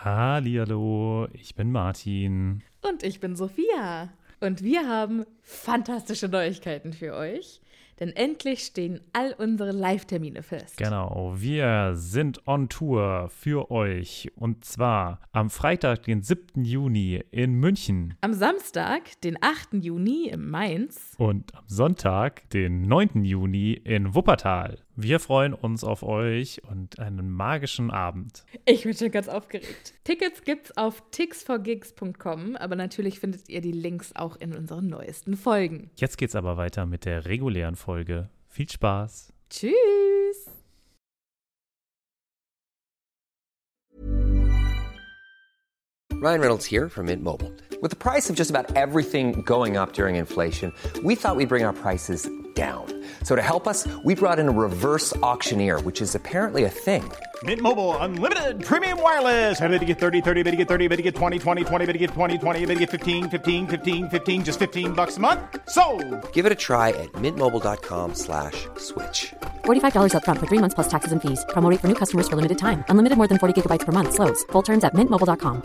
Hallihallo, ich bin Martin. Und ich bin Sophia. Und wir haben fantastische Neuigkeiten für euch. Denn endlich stehen all unsere Live-Termine fest. Genau, wir sind on Tour für euch. Und zwar am Freitag, den 7. Juni in München. Am Samstag, den 8. Juni in Mainz. Und am Sonntag, den 9. Juni in Wuppertal. Wir freuen uns auf euch und einen magischen Abend. Ich bin schon ganz aufgeregt. Tickets gibt's auf tix4gigs.com, aber natürlich findet ihr die Links auch in unseren neuesten Folgen. Jetzt geht's aber weiter mit der regulären Folge. Viel Spaß. Tschüss! Ryan Reynolds here from Mint Mobile. With the price of just about everything going up during inflation, we thought we'd bring our prices down. So to help us, we brought in a reverse auctioneer, which is apparently a thing. Mint Mobile Unlimited Premium Wireless. How to get 30, 30, bit to get 30, bit to get 20, 20, 20, bit to get 20, 20, bit to get 15, 15, 15, 15, just $15 a month? Sold! Give it a try at mintmobile.com/switch. $45 up front for 3 months plus taxes and fees. Promo rate for new customers for limited time. Unlimited more than 40 gigabytes per month. Slows full terms at mintmobile.com.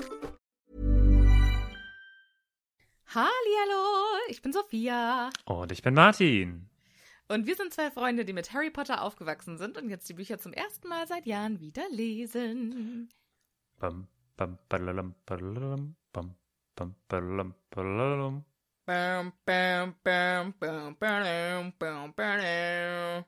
Hallihallo, ich bin Sophia. Und ich bin Martin. Und wir sind zwei Freunde, die mit Harry Potter aufgewachsen sind und jetzt die Bücher zum ersten Mal seit Jahren wieder lesen. Bam, bam, balalam, balalam, bam, bam, balalam, balalam. Bam, bam, bam, bam, bam, bam, bam.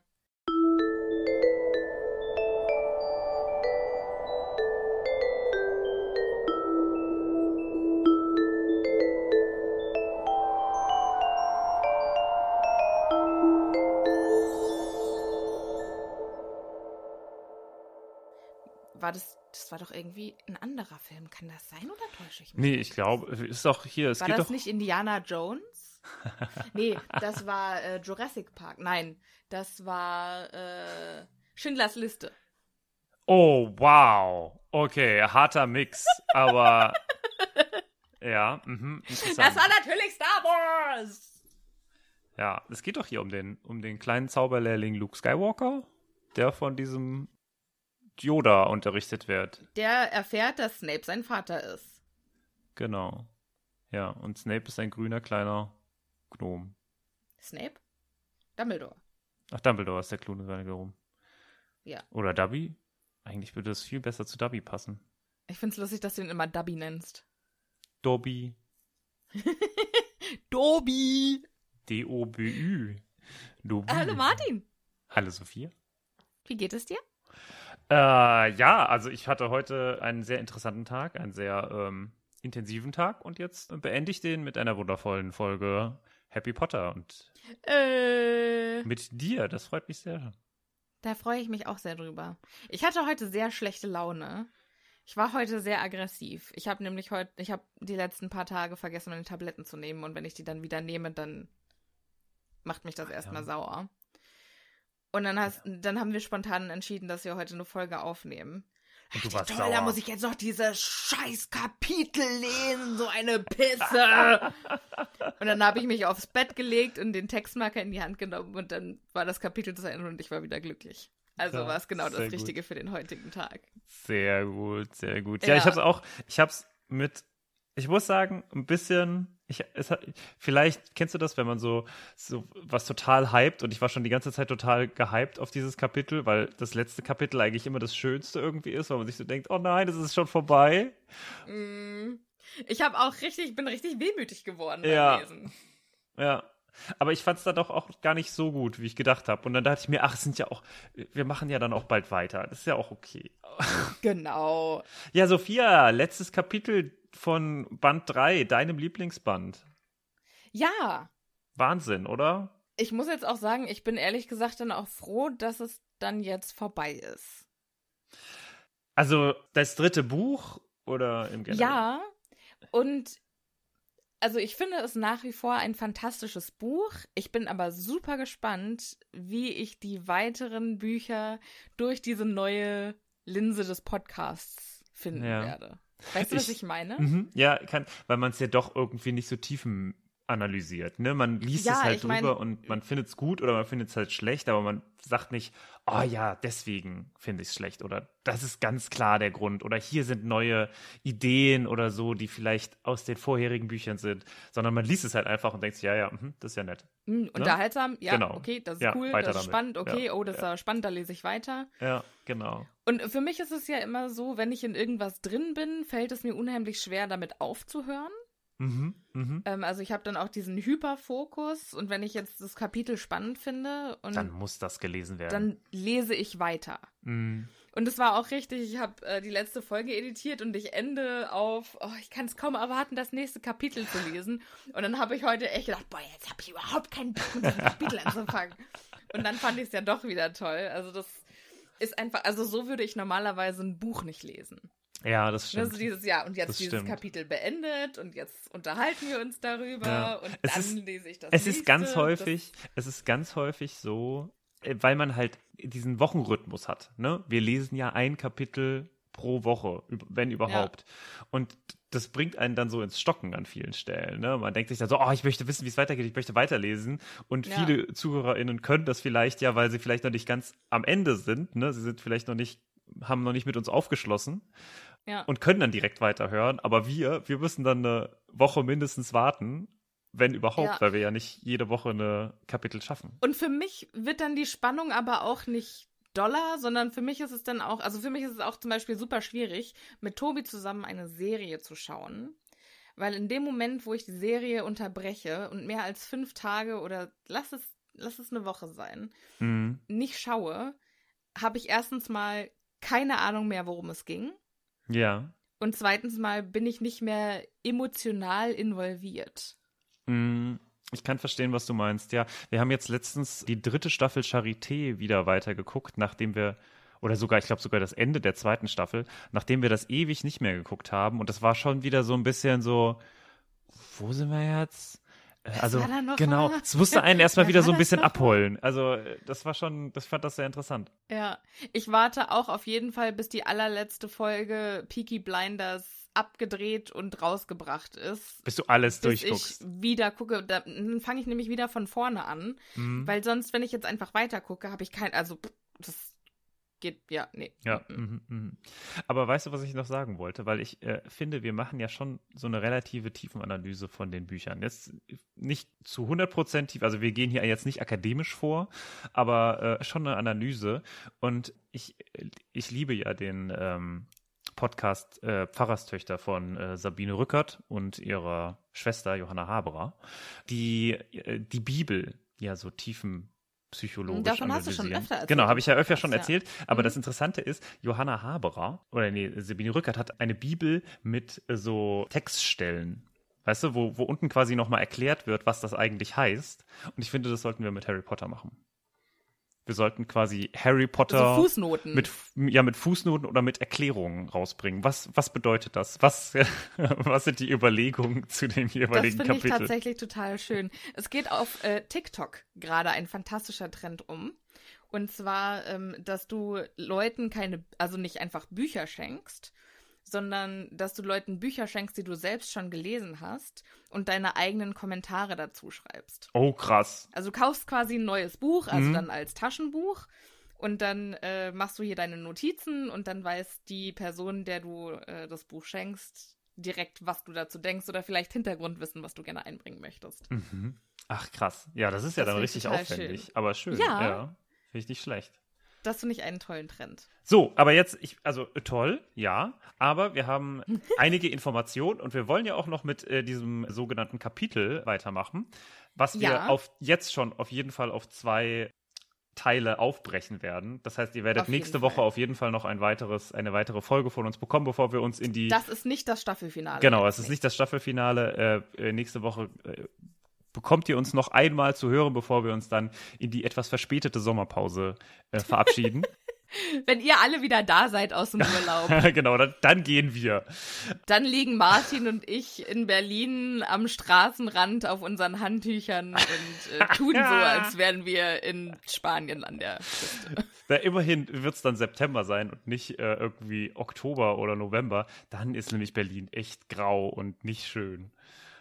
Das war doch irgendwie ein anderer Film. Kann das sein oder täusche ich mich? Nee, ich glaube, ist doch hier. Es war geht das doch nicht Indiana Jones? Nee, das war Jurassic Park. Nein, das war Schindlers Liste. Oh, wow. Okay, harter Mix, aber ja, interessant. Das war natürlich Star Wars! Ja, es geht doch hier um den kleinen Zauberlehrling Luke Skywalker, der von diesem Yoda unterrichtet wird. Der erfährt, dass Snape sein Vater ist. Genau. Ja, und Snape ist ein grüner kleiner Gnom. Snape? Dumbledore. Ach, Dumbledore ist der klunige rum. Ja. Oder Dobby? Eigentlich würde es viel besser zu Dobby passen. Ich find's lustig, dass du ihn immer Dobby nennst. Dobby. Dobby. D-O-B-Ü. Dobby. Hallo Martin. Hallo Sophia. Wie geht es dir? Ja, also ich hatte heute einen sehr interessanten Tag, einen sehr intensiven Tag und jetzt beende ich den mit einer wundervollen Folge Harry Potter und mit dir, das freut mich sehr. Da freue ich mich auch sehr drüber. Ich hatte heute sehr schlechte Laune. Ich war heute sehr aggressiv. Ich habe nämlich die letzten paar Tage vergessen, meine Tabletten zu nehmen und wenn ich die dann wieder nehme, dann macht mich das erstmal sauer. Und dann haben wir spontan entschieden, dass wir heute eine Folge aufnehmen. Und du warst toll, sauer. da muss ich jetzt noch diese scheiß Kapitel lesen, so eine Pisse. Und dann habe ich mich aufs Bett gelegt und den Textmarker in die Hand genommen und dann war das Kapitel zu Ende und ich war wieder glücklich. Also war es genau das Richtige für den heutigen Tag. Sehr gut, sehr gut. Ja, ich muss sagen, ein bisschen, vielleicht kennst du das, wenn man so was total hypt und ich war schon die ganze Zeit total gehypt auf dieses Kapitel, weil das letzte Kapitel eigentlich immer das Schönste irgendwie ist, weil man sich so denkt, oh nein, das ist schon vorbei. Ich bin richtig wehmütig geworden beim Lesen. Ja. Aber ich fand es dann doch auch gar nicht so gut, wie ich gedacht habe. Und dann dachte ich mir, wir machen ja dann auch bald weiter. Das ist ja auch okay. Genau. Ja, Sophia, letztes Kapitel von Band 3, deinem Lieblingsband. Ja. Wahnsinn, oder? Ich muss jetzt auch sagen, ich bin ehrlich gesagt dann auch froh, dass es dann jetzt vorbei ist. Also das dritte Buch oder im Generell? Ja, und also ich finde es nach wie vor ein fantastisches Buch. Ich bin aber super gespannt, wie ich die weiteren Bücher durch diese neue Linse des Podcasts finden werde. Weißt du, was ich meine? Ja, weil man es ja doch irgendwie nicht so analysiert. Ne? Man liest es halt drüber und man findet es gut oder man findet es halt schlecht, aber man sagt nicht, oh ja, deswegen finde ich es schlecht oder das ist ganz klar der Grund oder hier sind neue Ideen oder so, die vielleicht aus den vorherigen Büchern sind, sondern man liest es halt einfach und denkt sich, ja, das ist ja nett. Unterhaltsam, ja, genau. Okay, das ist cool, das ist spannend, okay, das ist spannend, da lese ich weiter. Ja, genau. Und für mich ist es ja immer so, wenn ich in irgendwas drin bin, fällt es mir unheimlich schwer, damit aufzuhören. Also ich habe dann auch diesen Hyperfokus und wenn ich jetzt das Kapitel spannend finde und dann muss das gelesen werden. Dann lese ich weiter. Und es war auch richtig, ich habe die letzte Folge editiert und ich ende auf, ich kann es kaum erwarten, das nächste Kapitel zu lesen. Und dann habe ich heute echt gedacht, jetzt habe ich überhaupt keinen Bock, mit diesem Kapitel anzufangen. Und dann fand ich es ja doch wieder toll. Also das ist einfach, also so würde ich normalerweise ein Buch nicht lesen. Ja, das stimmt. Also dieses Kapitel beendet und jetzt unterhalten wir uns darüber und dann lese ich das nächste. Es ist ganz häufig so, weil man halt diesen Wochenrhythmus hat. Ne? Wir lesen ja ein Kapitel pro Woche, wenn überhaupt. Ja. Und das bringt einen dann so ins Stocken an vielen Stellen. Ne? Man denkt sich dann so, ich möchte wissen, wie es weitergeht, ich möchte weiterlesen. Und viele ZuhörerInnen können das vielleicht ja, weil sie vielleicht noch nicht ganz am Ende sind. Ne? Sie sind vielleicht haben noch nicht mit uns aufgeschlossen. Ja. Und können dann direkt weiterhören, aber wir müssen dann eine Woche mindestens warten, wenn überhaupt, weil wir ja nicht jede Woche eine Kapitel schaffen. Und für mich wird dann die Spannung aber auch nicht doller, sondern für mich ist es dann auch, also für mich ist es auch zum Beispiel super schwierig, mit Tobi zusammen eine Serie zu schauen, weil in dem Moment, wo ich die Serie unterbreche und mehr als 5 Tage oder lass es eine Woche sein, nicht schaue, habe ich erstens mal keine Ahnung mehr, worum es ging. Ja. Und zweitens mal bin ich nicht mehr emotional involviert. Ich kann verstehen, was du meinst, ja. Wir haben jetzt letztens die 3. Staffel Charité wieder weitergeguckt, nachdem wir, oder sogar, ich glaube sogar das Ende der 2. Staffel, nachdem wir das ewig nicht mehr geguckt haben. Und das war schon wieder so ein bisschen so, wo sind wir jetzt? Also, genau, es musste einen erstmal wieder so ein bisschen abholen. Also, ich fand das sehr interessant. Ja, ich warte auch auf jeden Fall, bis die allerletzte Folge Peaky Blinders abgedreht und rausgebracht ist. Bis du alles durchguckst. Ich wieder gucke, dann fange ich nämlich wieder von vorne an, weil sonst, wenn ich jetzt einfach weiter gucke, habe ich das geht, nee. Ja, aber weißt du, was ich noch sagen wollte? Weil ich finde, wir machen ja schon so eine relative Tiefenanalyse von den Büchern. Jetzt nicht zu 100% tief, also wir gehen hier jetzt nicht akademisch vor, aber schon eine Analyse. Und ich liebe ja den Podcast Pfarrerstöchter von Sabine Rückert und ihrer Schwester Johanna Haberer, die Bibel ja so tiefenpsychologisch davon analysieren. Hast du schon öfter erzählt. Genau, habe ich ja öfter schon erzählt. Aber das Interessante ist, Johanna Haberer, Sabine Rückert hat eine Bibel mit so Textstellen. Weißt du, wo unten quasi nochmal erklärt wird, was das eigentlich heißt. Und ich finde, das sollten wir mit Harry Potter machen. Wir sollten quasi Harry Potter also Fußnoten. mit Fußnoten oder mit Erklärungen rausbringen. Was bedeutet das? Was sind die Überlegungen zu den jeweiligen Kapiteln? Das finde ich tatsächlich total schön. Es geht auf TikTok gerade ein fantastischer Trend um. Und zwar, dass du Leuten nicht einfach Bücher schenkst, sondern dass du Leuten Bücher schenkst, die du selbst schon gelesen hast und deine eigenen Kommentare dazu schreibst. Oh, krass. Also du kaufst quasi ein neues Buch, also dann als Taschenbuch und dann machst du hier deine Notizen und dann weiß die Person, der du das Buch schenkst, direkt, was du dazu denkst oder vielleicht Hintergrundwissen, was du gerne einbringen möchtest. Mhm. Ach, krass. Ja, das ist ja dann richtig aufwendig, schön. Aber schön. Ja. Finde ich nicht schlecht. Das finde ich einen tollen Trend. So, aber jetzt, toll, ja, aber wir haben einige Informationen und wir wollen ja auch noch mit diesem sogenannten Kapitel weitermachen, was wir jetzt schon auf jeden Fall auf 2 Teile aufbrechen werden. Das heißt, ihr werdet nächste Woche auf jeden Fall noch eine weitere Folge von uns bekommen, bevor wir uns in die... Das ist nicht das Staffelfinale. Genau, es ist nicht das Staffelfinale. Nächste Woche... bekommt ihr uns noch einmal zu hören, bevor wir uns dann in die etwas verspätete Sommerpause verabschieden. Wenn ihr alle wieder da seid aus dem Urlaub. Genau, dann gehen wir. Dann liegen Martin und ich in Berlin am Straßenrand auf unseren Handtüchern und tun so, als wären wir in Spanien an der Küste. Immerhin wird es dann September sein und nicht irgendwie Oktober oder November. Dann ist nämlich Berlin echt grau und nicht schön.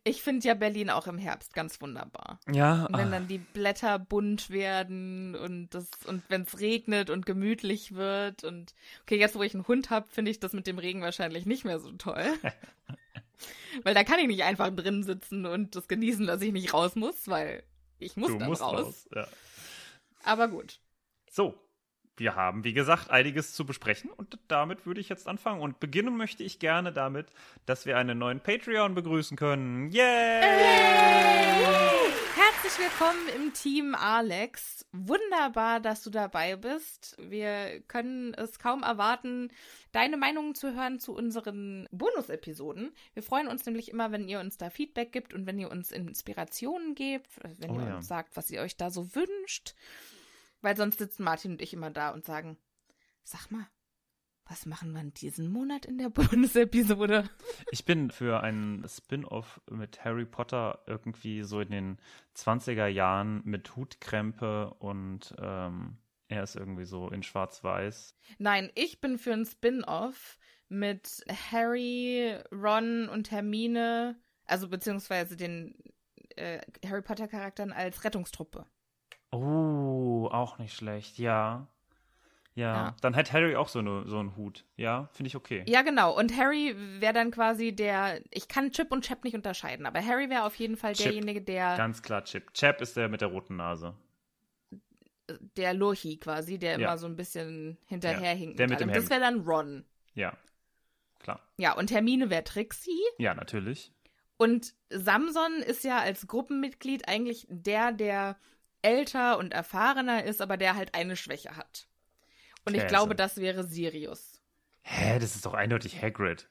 Ich finde ja Berlin auch im Herbst ganz wunderbar. Ja. Und wenn dann die Blätter bunt werden und wenn es regnet und gemütlich wird und okay, jetzt wo ich einen Hund habe, finde ich das mit dem Regen wahrscheinlich nicht mehr so toll. Weil da kann ich nicht einfach drin sitzen und das genießen, dass ich nicht raus muss, weil ich muss dann raus. Ja. Aber gut. So. Wir haben, wie gesagt, einiges zu besprechen und damit würde ich jetzt anfangen. Und beginnen möchte ich gerne damit, dass wir einen neuen Patreon begrüßen können. Yay! Herzlich willkommen im Team Alex. Wunderbar, dass du dabei bist. Wir können es kaum erwarten, deine Meinungen zu hören zu unseren Bonus-Episoden. Wir freuen uns nämlich immer, wenn ihr uns da Feedback gibt und wenn ihr uns Inspirationen gebt, wenn ihr uns sagt, was ihr euch da so wünscht. Weil sonst sitzen Martin und ich immer da und sagen, sag mal, was machen wir diesen Monat in der Bonus-Episode? Ich bin für einen Spin-off mit Harry Potter irgendwie so in den 20er Jahren mit Hutkrempe und er ist irgendwie so in schwarz-weiß. Nein, ich bin für einen Spin-off mit Harry, Ron und Hermine, also beziehungsweise den Harry Potter-Charakteren als Rettungstruppe. Oh, auch nicht schlecht, ja. Dann hätte Harry auch so einen Hut. Ja, finde ich okay. Ja, genau. Und Harry wäre dann quasi ich kann Chip und Chap nicht unterscheiden, aber Harry wäre auf jeden Fall derjenige, der... Ganz klar Chip. Chap ist der mit der roten Nase. Der Lurchi quasi, der immer so ein bisschen hinterherhinkt. Der mit dem Hemd. Das wäre dann Ron. Ja, klar. Ja, und Hermine wäre Trixie. Ja, natürlich. Und Samson ist ja als Gruppenmitglied eigentlich der älter und erfahrener ist, aber der halt eine Schwäche hat. Und ich glaube, das wäre Sirius. Hä, das ist doch eindeutig Hagrid.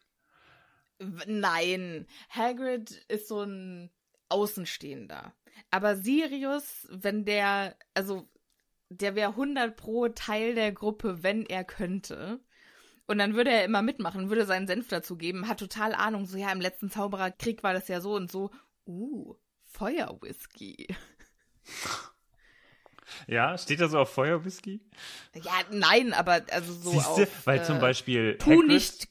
Nein, Hagrid ist so ein Außenstehender. Aber Sirius, der wäre 100% Teil der Gruppe, wenn er könnte. Und dann würde er immer mitmachen, würde seinen Senf dazu geben, hat total Ahnung, so ja, im letzten Zaubererkrieg war das ja so und so. Feuerwhisky. Ja, steht da so auf Feuerwhisky? Ja, nein, aber also so Siehste, auf... weil zum Beispiel tu nicht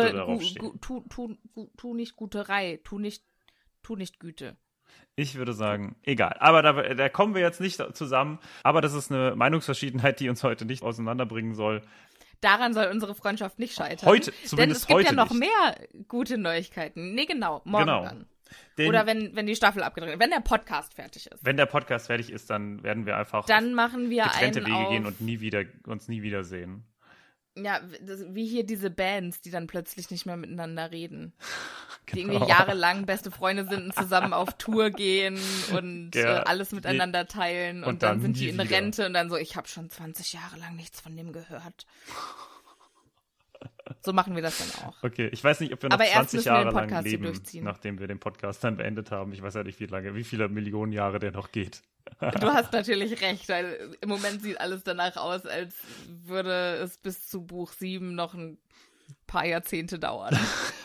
Guterei, tu nicht Güte. Ich würde sagen, egal. Aber da kommen wir jetzt nicht zusammen. Aber das ist eine Meinungsverschiedenheit, die uns heute nicht auseinanderbringen soll. Daran soll unsere Freundschaft nicht scheitern. Heute, zumindest heute nicht. Denn es gibt ja noch mehr gute Neuigkeiten. Nee, genau, morgen dann. Oder wenn die Staffel abgedreht ist, wenn der Podcast fertig ist. Wenn der Podcast fertig ist, dann werden wir einfach dann machen wir getrennte Wege gehen und uns nie wiedersehen. Ja, wie hier diese Bands, die dann plötzlich nicht mehr miteinander reden. Genau. Die irgendwie jahrelang beste Freunde sind und zusammen auf Tour gehen und alles miteinander teilen. Und dann sind die in Rente und dann so, ich habe schon 20 Jahre lang nichts von dem gehört. So machen wir das dann auch. Okay, ich weiß nicht, ob wir noch 20 Jahre lang leben, nachdem wir den Podcast dann beendet haben. Ich weiß ja nicht, wie viele Millionen Jahre der noch geht. Du hast natürlich recht, weil im Moment sieht alles danach aus, als würde es bis zu Buch 7 noch ein paar Jahrzehnte dauern.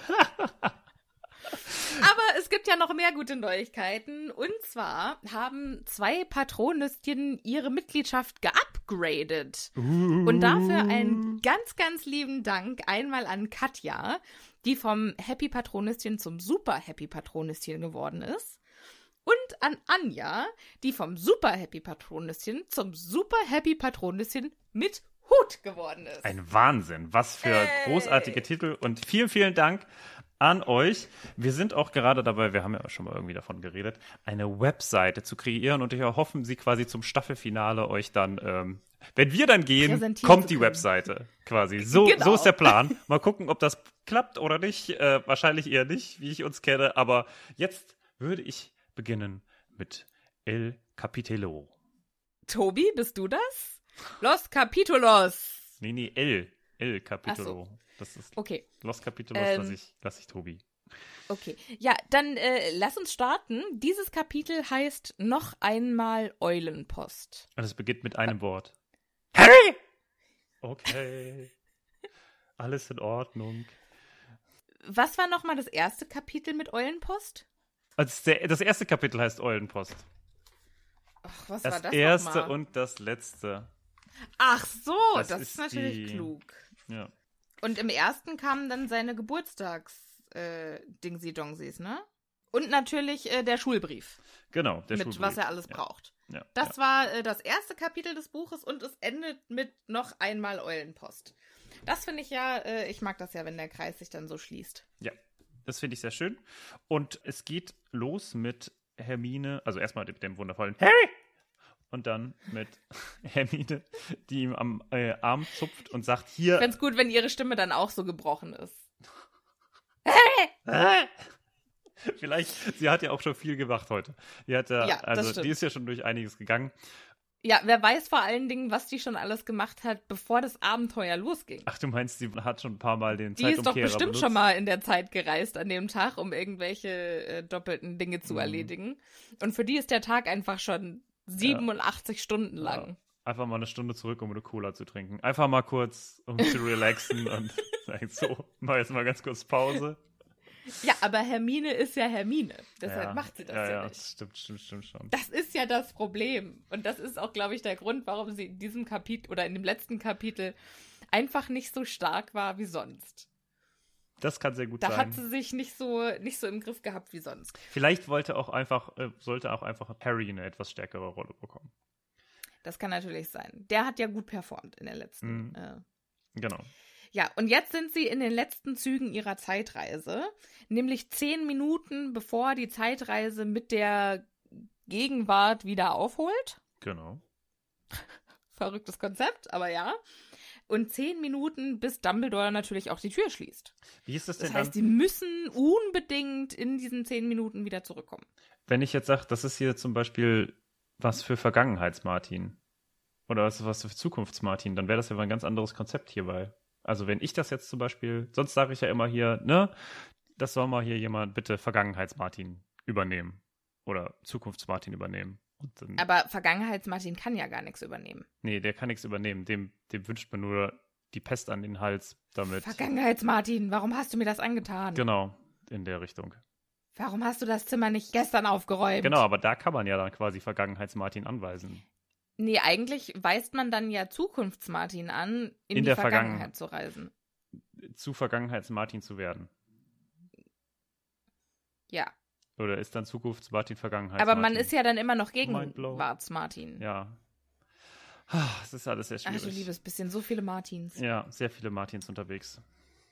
Aber es gibt ja noch mehr gute Neuigkeiten. Und zwar haben 2 Patronüschen ihre Mitgliedschaft geupgradet. Und dafür einen ganz, ganz lieben Dank einmal an Katja, die vom Happy Patronüschen zum Super Happy Patronüschen geworden ist. Und an Anja, die vom Super Happy Patronüschen zum Super Happy Patronüschen mit Hut geworden ist. Ein Wahnsinn. Was für großartige Titel. Und vielen, vielen Dank an euch. Wir sind auch gerade dabei, wir haben ja schon mal irgendwie davon geredet, eine Webseite zu kreieren und wir hoffen, sie quasi zum Staffelfinale euch dann, wenn wir dann gehen, kommt die Webseite quasi. So ist der Plan. Mal gucken, ob das klappt oder nicht. Wahrscheinlich eher nicht, wie ich uns kenne. Aber jetzt würde ich beginnen mit El Capitolo. Tobi, bist du das? Los Capítulos. Nee, El Capitolo. So. Das ist okay. Los Capítulos lass ich Tobi. Okay, ja, dann lass uns starten. Dieses Kapitel heißt noch einmal Eulenpost. Und es beginnt mit einem Wort. Harry! Okay. Alles in Ordnung. Was war nochmal das erste Kapitel mit Eulenpost? Also das erste Kapitel heißt Eulenpost. Ach, was war das Das erste nochmal? Und das letzte. Ach so, das ist natürlich klug. Ja. Und im ersten kamen dann seine Geburtstags-Dingsi-Dongsis, ne? Und natürlich der Schulbrief. Genau, der Schulbrief. Mit was er alles braucht. Ja, das war das erste Kapitel des Buches und es endet mit noch einmal Eulenpost. Das finde ich ich mag das ja, wenn der Kreis sich dann so schließt. Ja, das finde ich sehr schön. Und es geht los mit Hermine, also erstmal mit dem wundervollen Harry! Und dann mit Hermine, die ihm am Arm zupft und sagt, hier... Ich fände es gut, wenn ihre Stimme dann auch so gebrochen ist. Vielleicht, sie hat ja auch schon viel gemacht heute. Die ist ja schon durch einiges gegangen. Ja, wer weiß vor allen Dingen, was die schon alles gemacht hat, bevor das Abenteuer losging. Ach, du meinst, sie hat schon ein paar Mal den Zeitumkehrer benutzt? Die ist doch bestimmt schon mal in der Zeit gereist an dem Tag, um irgendwelche doppelten Dinge zu erledigen. Und für die ist der Tag einfach schon 87 Stunden lang. Ja. Einfach mal eine Stunde zurück, um eine Cola zu trinken. Einfach mal kurz, um zu relaxen und sagen, so, mach jetzt mal ganz kurz Pause. Ja, aber Hermine ist ja Hermine. Deshalb macht sie das ja nicht. Ja, stimmt schon. Das ist ja das Problem. Und das ist auch, glaube ich, der Grund, warum sie in diesem Kapitel oder in dem letzten Kapitel einfach nicht so stark war wie sonst. Das kann sehr gut sein. Da hat sie sich nicht so im Griff gehabt wie sonst. Vielleicht sollte auch einfach Harry eine etwas stärkere Rolle bekommen. Das kann natürlich sein. Der hat ja gut performt in der letzten. Genau. Ja, und jetzt sind sie in den letzten Zügen ihrer Zeitreise, nämlich 10 Minuten, bevor die Zeitreise mit der Gegenwart wieder aufholt. Genau. Verrücktes Konzept, aber ja. Und 10 Minuten, bis Dumbledore natürlich auch die Tür schließt. Wie ist das denn? Das heißt, sie müssen unbedingt in diesen 10 Minuten wieder zurückkommen. Wenn ich jetzt sage, das ist hier zum Beispiel was für Vergangenheits-Martin oder was für Zukunfts-Martin, dann wäre das ja ein ganz anderes Konzept hierbei. Also wenn ich das jetzt zum Beispiel, sonst sage ich ja immer hier, ne, das soll mal hier jemand bitte Vergangenheits-Martin übernehmen oder Zukunfts-Martin übernehmen. Und dann, aber Vergangenheits-Martin kann ja gar nichts übernehmen. Nee, der kann nichts übernehmen. Dem wünscht man nur die Pest an den Hals damit. Vergangenheits-Martin, warum hast du mir das angetan? Genau, in der Richtung. Warum hast du das Zimmer nicht gestern aufgeräumt? Genau, aber da kann man ja dann quasi Vergangenheits-Martin anweisen. Nee, eigentlich weist man dann ja Zukunfts-Martin an, in die Vergangenheit zu reisen. Zu Vergangenheits-Martin zu werden. Ja. Oder ist dann Zukunfts-Martin Vergangenheits-Martin? Aber man ist ja dann immer noch Gegenwarts-Martin. Ja. Es ist alles sehr schwierig. Ach du liebes bisschen, so viele Martins. Ja, sehr viele Martins unterwegs.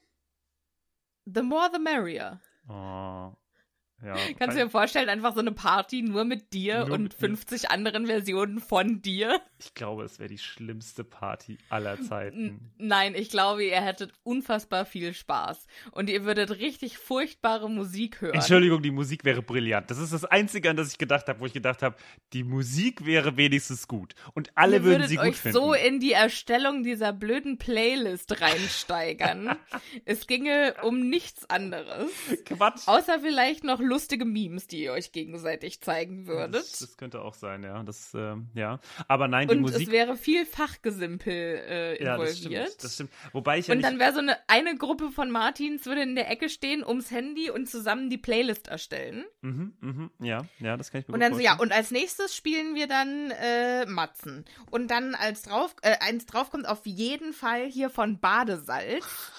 The more the merrier. Oh. Ja, kannst du dir vorstellen, einfach so eine Party nur mit dir und 50 anderen Versionen von dir? Ich glaube, es wäre die schlimmste Party aller Zeiten. Nein, ich glaube, ihr hättet unfassbar viel Spaß. Und ihr würdet richtig furchtbare Musik hören. Entschuldigung, die Musik wäre brillant. Das ist das Einzige, an das ich gedacht habe, wo ich gedacht habe, die Musik wäre wenigstens gut. Und alle würden sie gut finden. Ihr würdet euch so in die Erstellung dieser blöden Playlist reinsteigern. Es ginge um nichts anderes. Quatsch. Außer vielleicht noch lustige Memes, die ihr euch gegenseitig zeigen würdet. Das könnte auch sein, ja. Ja. Aber nein, die Musik... Und es wäre viel Fachgesimpel involviert. Ja, das stimmt. Wobei ich und dann wäre so eine Gruppe von Martins würde in der Ecke stehen, ums Handy und zusammen die Playlist erstellen. Ja, das kann ich mir und gut vorstellen. Und als nächstes spielen wir dann Matzen. Und dann eins drauf kommt auf jeden Fall hier von Badesalz.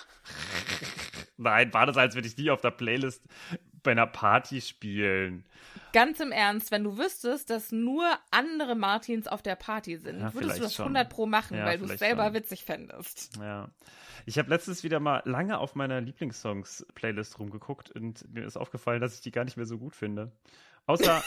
Nein, Badesalz würde ich nie auf der Playlist bei einer Party spielen. Ganz im Ernst, wenn du wüsstest, dass nur andere Martins auf der Party sind, würdest du das 100 Pro machen, weil du es selber witzig fändest. Ja. Ich habe letztens wieder mal lange auf meiner Lieblingssongs-Playlist rumgeguckt und mir ist aufgefallen, dass ich die gar nicht mehr so gut finde. Außer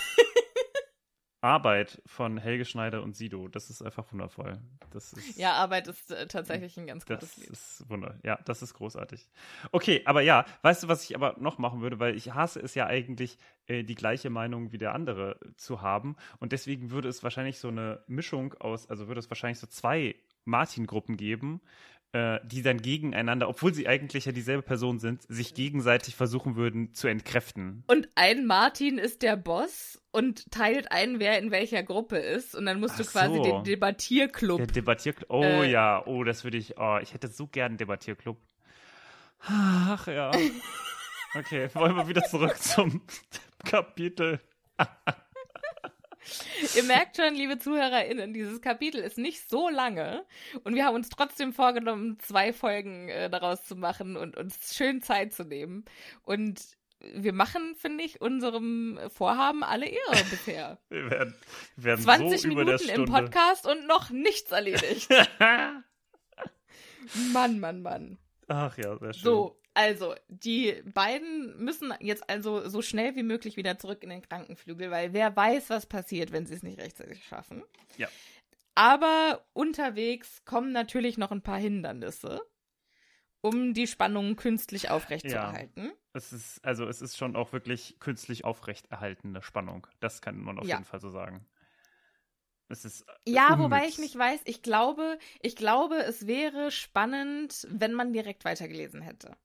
Arbeit von Helge Schneider und Sido. Das ist einfach wundervoll. Ja, Arbeit ist tatsächlich ein ganz gutes Lied. Ja, das ist großartig. Okay, aber ja, weißt du, was ich aber noch machen würde? Weil ich hasse es ja eigentlich, die gleiche Meinung wie der andere zu haben. Und deswegen würde es wahrscheinlich so eine Mischung würde es wahrscheinlich so 2 Martin-Gruppen geben, die dann gegeneinander, obwohl sie eigentlich ja dieselbe Person sind, sich gegenseitig versuchen würden zu entkräften. Und ein Martin ist der Boss und teilt ein, wer in welcher Gruppe ist. Und dann musst du quasi den Debattierclub. Der Debattierclub. Das würde ich. Ich hätte so gern einen Debattierclub. Ach ja. Okay, wollen wir wieder zurück zum Kapitel. Ihr merkt schon, liebe ZuhörerInnen, dieses Kapitel ist nicht so lange und wir haben uns trotzdem vorgenommen, 2 Folgen daraus zu machen und uns schön Zeit zu nehmen. Und wir machen, finde ich, unserem Vorhaben alle Ehre bisher. Wir werden 20 so über der Minuten Stunde. im Podcast und noch nichts erledigt. Mann. Ach ja, sehr schön. So, also, die beiden müssen jetzt also so schnell wie möglich wieder zurück in den Krankenflügel, weil wer weiß, was passiert, wenn sie es nicht rechtzeitig schaffen. Ja. Aber unterwegs kommen natürlich noch ein paar Hindernisse, um die Spannung künstlich aufrechtzuerhalten. Ja. Es ist schon auch wirklich künstlich aufrechterhaltene Spannung. Das kann man auf jeden Fall so sagen. Es ist wobei ich nicht weiß, ich glaube, es wäre spannend, wenn man direkt weitergelesen hätte.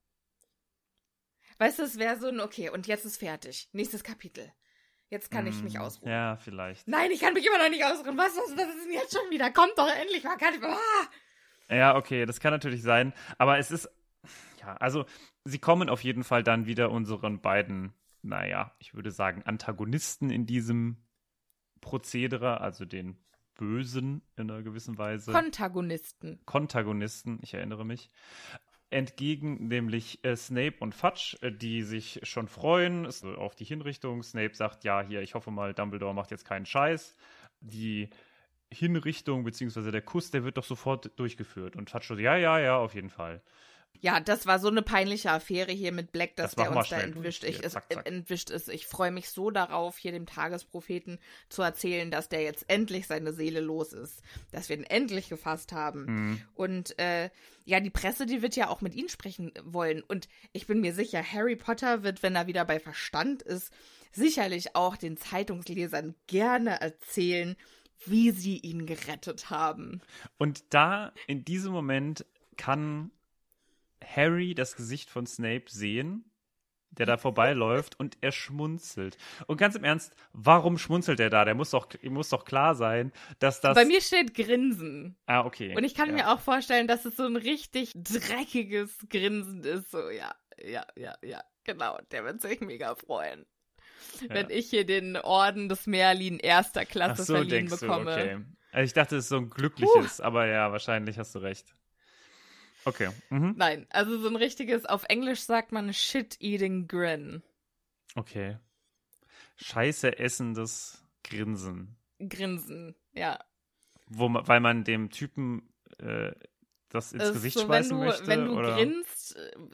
Weißt du, es wäre so ein, okay, und jetzt ist fertig. Nächstes Kapitel. Jetzt kann ich mich ausruhen. Ja, vielleicht. Nein, ich kann mich immer noch nicht ausruhen. Was ist denn jetzt schon wieder? Kommt doch endlich mal. Ja, okay, das kann natürlich sein. Aber es ist, ja, also sie kommen auf jeden Fall dann wieder unseren beiden, naja, ich würde sagen, Antagonisten in diesem Prozedere, also den Bösen in einer gewissen Weise. Kontagonisten, ich erinnere mich. Entgegen nämlich Snape und Fudge, die sich schon freuen auf die Hinrichtung. Snape sagt, ja, hier, ich hoffe mal, Dumbledore macht jetzt keinen Scheiß. Die Hinrichtung bzw. der Kuss, der wird doch sofort durchgeführt. Und Fudge so, ja, auf jeden Fall. Ja, das war so eine peinliche Affäre hier mit Black, dass der uns da entwischt ist. Ich freue mich so darauf, hier dem Tagespropheten zu erzählen, dass der jetzt endlich seine Seele los ist. Dass wir ihn endlich gefasst haben. Mhm. Und die Presse, die wird ja auch mit ihm sprechen wollen. Und ich bin mir sicher, Harry Potter wird, wenn er wieder bei Verstand ist, sicherlich auch den Zeitungslesern gerne erzählen, wie sie ihn gerettet haben. Und da, in diesem Moment, kann Harry das Gesicht von Snape sehen, der da vorbeiläuft, und er schmunzelt. Und ganz im Ernst, warum schmunzelt er da? Ihm muss doch klar sein, dass das... Bei mir steht Grinsen. Ah, okay. Und ich kann mir auch vorstellen, dass es so ein richtig dreckiges Grinsen ist. So, ja, genau. Der wird sich mega freuen. Wenn ich hier den Orden des Merlin erster Klasse verliehen bekomme. Okay. Also ich dachte, es ist so ein glückliches, aber ja, wahrscheinlich hast du recht. Okay. Mhm. Nein, also so ein richtiges, auf Englisch sagt man Shit-Eating Grin. Okay. Scheiße essendes Grinsen. Grinsen, ja. Weil man dem Typen das ins Gesicht so, schmeißen möchte? Wenn du oder? Grinst,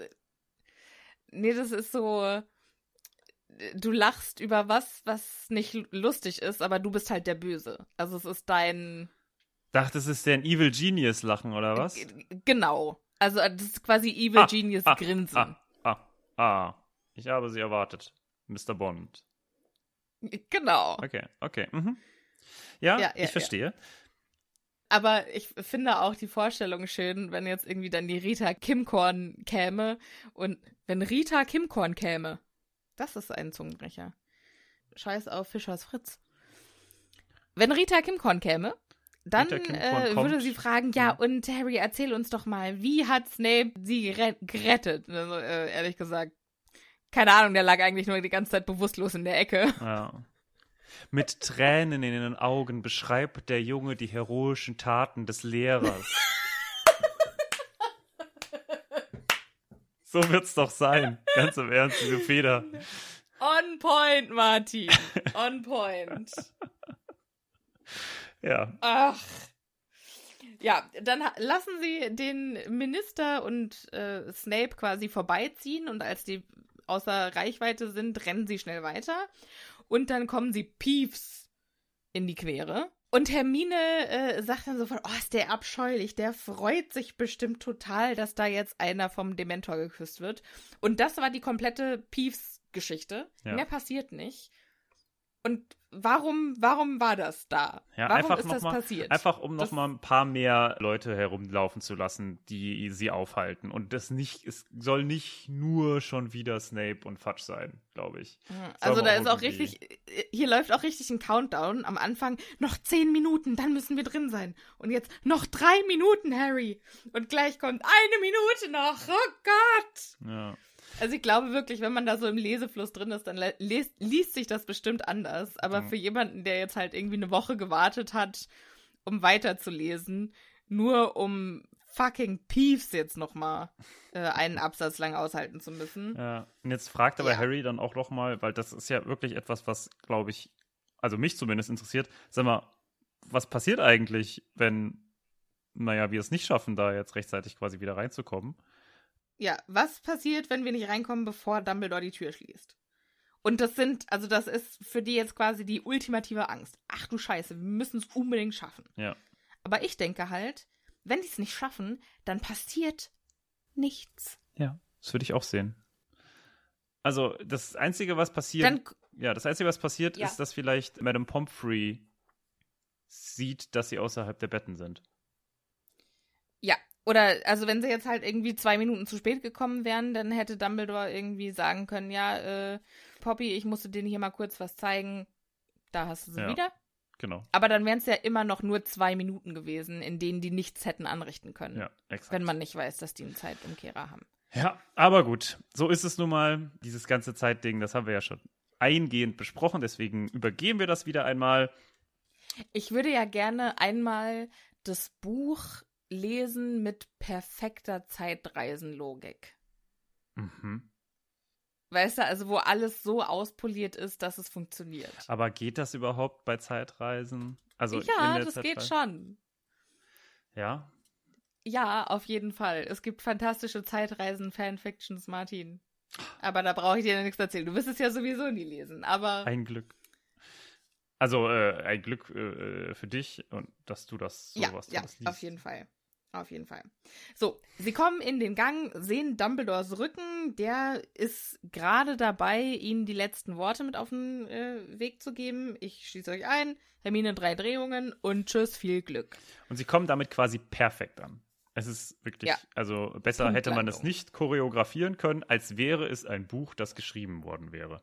nee, das ist so, du lachst über was nicht lustig ist, aber du bist halt der Böse. Also es ist dein... Dachte, es ist der Evil Genius Lachen, oder was? Genau. Also das ist quasi Evil Genius Grinsen. Ich habe sie erwartet. Mr. Bond. Genau. Okay. Mhm. Ja, ich verstehe. Ja. Aber ich finde auch die Vorstellung schön, wenn jetzt irgendwie dann die Rita Kimkorn käme. Und wenn Rita Kimkorn käme, das ist ein Zungenbrecher. Scheiß auf Fischers Fritz. Wenn Rita Kimkorn käme, dann würde sie fragen, ja, und Harry, erzähl uns doch mal, wie hat Snape sie gerettet? Also, ehrlich gesagt, keine Ahnung, der lag eigentlich nur die ganze Zeit bewusstlos in der Ecke. Ja. Mit Tränen in den Augen beschreibt der Junge die heroischen Taten des Lehrers. So wird's doch sein. Ganz im Ernst, diese Feder. On point, Martin. On point. Ja. Ach. Ja, dann lassen sie den Minister und Snape quasi vorbeiziehen und als die außer Reichweite sind, rennen sie schnell weiter und dann kommen sie Peeves in die Quere. Und Hermine sagt dann sofort, ist der abscheulich, der freut sich bestimmt total, dass da jetzt einer vom Dementor geküsst wird. Und das war die komplette Peeves-Geschichte. Ja. Mehr passiert nicht. Und warum war das da? Ja, warum ist das passiert? Einfach, um noch mal ein paar mehr Leute herumlaufen zu lassen, die sie aufhalten. Und es soll nicht nur schon wieder Snape und Fudge sein, glaube ich. Also da ist auch richtig, hier läuft auch richtig ein Countdown. Am Anfang noch 10 Minuten, dann müssen wir drin sein. Und jetzt noch 3 Minuten, Harry. Und gleich kommt 1 Minute noch. Oh Gott! Ja. Also ich glaube wirklich, wenn man da so im Lesefluss drin ist, dann liest sich das bestimmt anders. Aber für jemanden, der jetzt halt irgendwie eine Woche gewartet hat, um weiterzulesen, nur um fucking Peeves jetzt nochmal einen Absatz lang aushalten zu müssen. Ja, und jetzt fragt aber Harry dann auch noch mal, weil das ist ja wirklich etwas, was, glaube ich, also mich zumindest interessiert. Sag mal, was passiert eigentlich, wenn, wir es nicht schaffen, da jetzt rechtzeitig quasi wieder reinzukommen? Ja, was passiert, wenn wir nicht reinkommen, bevor Dumbledore die Tür schließt? Und das ist für die jetzt quasi die ultimative Angst. Ach du Scheiße, wir müssen es unbedingt schaffen. Ja. Aber ich denke halt, wenn die es nicht schaffen, dann passiert nichts. Ja, das würde ich auch sehen. Also, das Einzige, was passiert, ist, dass vielleicht Madame Pomfrey sieht, dass sie außerhalb der Betten sind. Ja, oder, also wenn sie jetzt halt irgendwie 2 Minuten zu spät gekommen wären, dann hätte Dumbledore irgendwie sagen können, ja, Poppy, ich musste dir hier mal kurz was zeigen, da hast du sie wieder. Genau. Aber dann wären es ja immer noch nur 2 Minuten gewesen, in denen die nichts hätten anrichten können. Ja, exakt. Wenn man nicht weiß, dass die einen Zeitumkehrer haben. Ja, aber gut, so ist es nun mal. Dieses ganze Zeitding, das haben wir ja schon eingehend besprochen, deswegen übergehen wir das wieder einmal. Ich würde ja gerne einmal das Buch lesen mit perfekter Zeitreisenlogik. Mhm. Weißt du, also wo alles so auspoliert ist, dass es funktioniert. Aber geht das überhaupt bei Zeitreisen? Also ja, das geht schon. Ja? Ja, auf jeden Fall. Es gibt fantastische Zeitreisen-Fanfictions, Martin. Aber da brauche ich dir nichts erzählen. Du wirst es ja sowieso nie lesen, aber... Ein Glück. Also ein Glück für dich und dass du das sowas liest. Ja, auf jeden Fall. Auf jeden Fall. So, sie kommen in den Gang, sehen Dumbledores Rücken. Der ist gerade dabei, ihnen die letzten Worte mit auf den Weg zu geben. Ich schließe euch ein. Hermine 3 Drehungen und tschüss, viel Glück. Und sie kommen damit quasi perfekt an. Es ist wirklich, also besser hätte man es nicht choreografieren können, als wäre es ein Buch, das geschrieben worden wäre.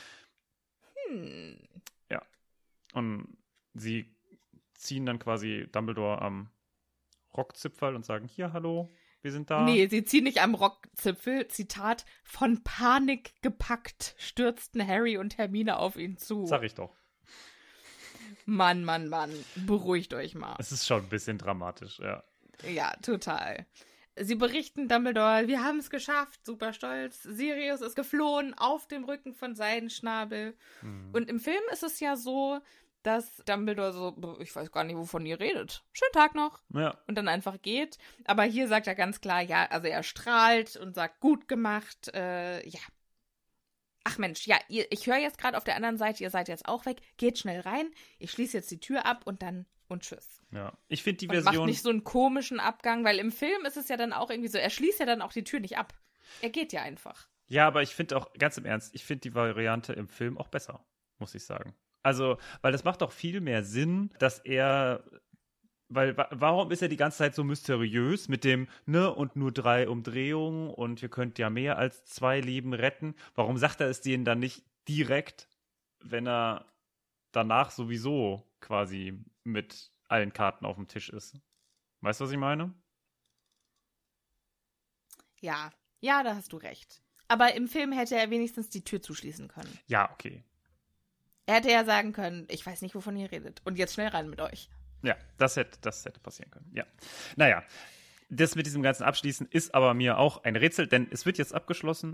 Ja. Und sie ziehen dann quasi Dumbledore am Rockzipfel und sagen, hier, hallo, wir sind da. Nee, sie ziehen nicht am Rockzipfel. Zitat, von Panik gepackt stürzten Harry und Hermine auf ihn zu. Sag ich doch. Mann, beruhigt euch mal. Es ist schon ein bisschen dramatisch, ja. Ja, total. Sie berichten Dumbledore, wir haben es geschafft, super stolz. Sirius ist geflohen auf dem Rücken von Seidenschnabel. Und im Film ist es ja so, dass Dumbledore so, ich weiß gar nicht, wovon ihr redet. Schönen Tag noch. Ja. Und dann einfach geht. Aber hier sagt er ganz klar, ja, also er strahlt und sagt, gut gemacht, ja. Ach Mensch, ja, ich höre jetzt gerade auf der anderen Seite, ihr seid jetzt auch weg. Geht schnell rein, ich schließe jetzt die Tür ab und tschüss. Ja, ich finde die und Version... macht nicht so einen komischen Abgang, weil im Film ist es ja dann auch irgendwie so, er schließt ja dann auch die Tür nicht ab. Er geht ja einfach. Ja, aber ich finde auch, ganz im Ernst, ich finde die Variante im Film auch besser, muss ich sagen. Also, weil das macht doch viel mehr Sinn, dass er... Weil, warum ist er die ganze Zeit so mysteriös mit dem, ne, und nur 3 Umdrehungen und ihr könnt ja mehr als 2 Leben retten? Warum sagt er es denen dann nicht direkt, wenn er danach sowieso quasi mit allen Karten auf dem Tisch ist? Weißt du, was ich meine? Ja, da hast du recht. Aber im Film hätte er wenigstens die Tür zuschließen können. Ja, okay. Er hätte ja sagen können, ich weiß nicht, wovon ihr redet. Und jetzt schnell rein mit euch. Ja, das hätte passieren können, ja. Naja, das mit diesem ganzen Abschließen ist aber mir auch ein Rätsel, denn es wird jetzt abgeschlossen.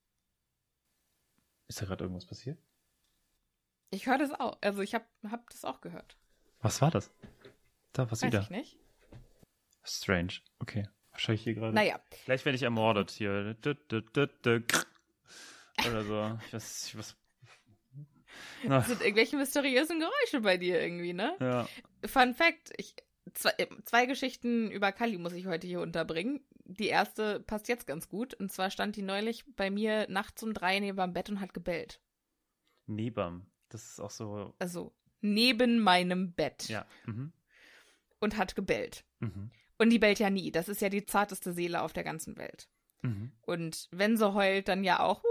Ist da gerade irgendwas passiert? Ich höre das auch, also ich hab das auch gehört. Was war das? Da, was wieder? Weiß ich nicht. Strange, okay. Wahrscheinlich hier gerade. Naja. Gleich werde ich ermordet hier. Oder so. Ich weiß, was. Das sind irgendwelche mysteriösen Geräusche bei dir irgendwie, ne? Ja. Fun Fact, 2 Geschichten über Kali muss ich heute hier unterbringen. Die erste passt jetzt ganz gut. Und zwar stand die neulich bei mir nachts um 3 neben am Bett und hat gebellt. Neben? Das ist auch so... Also, neben meinem Bett. Ja. Mhm. Und hat gebellt. Mhm. Und die bellt ja nie. Das ist ja die zarteste Seele auf der ganzen Welt. Mhm. Und wenn sie heult, dann ja auch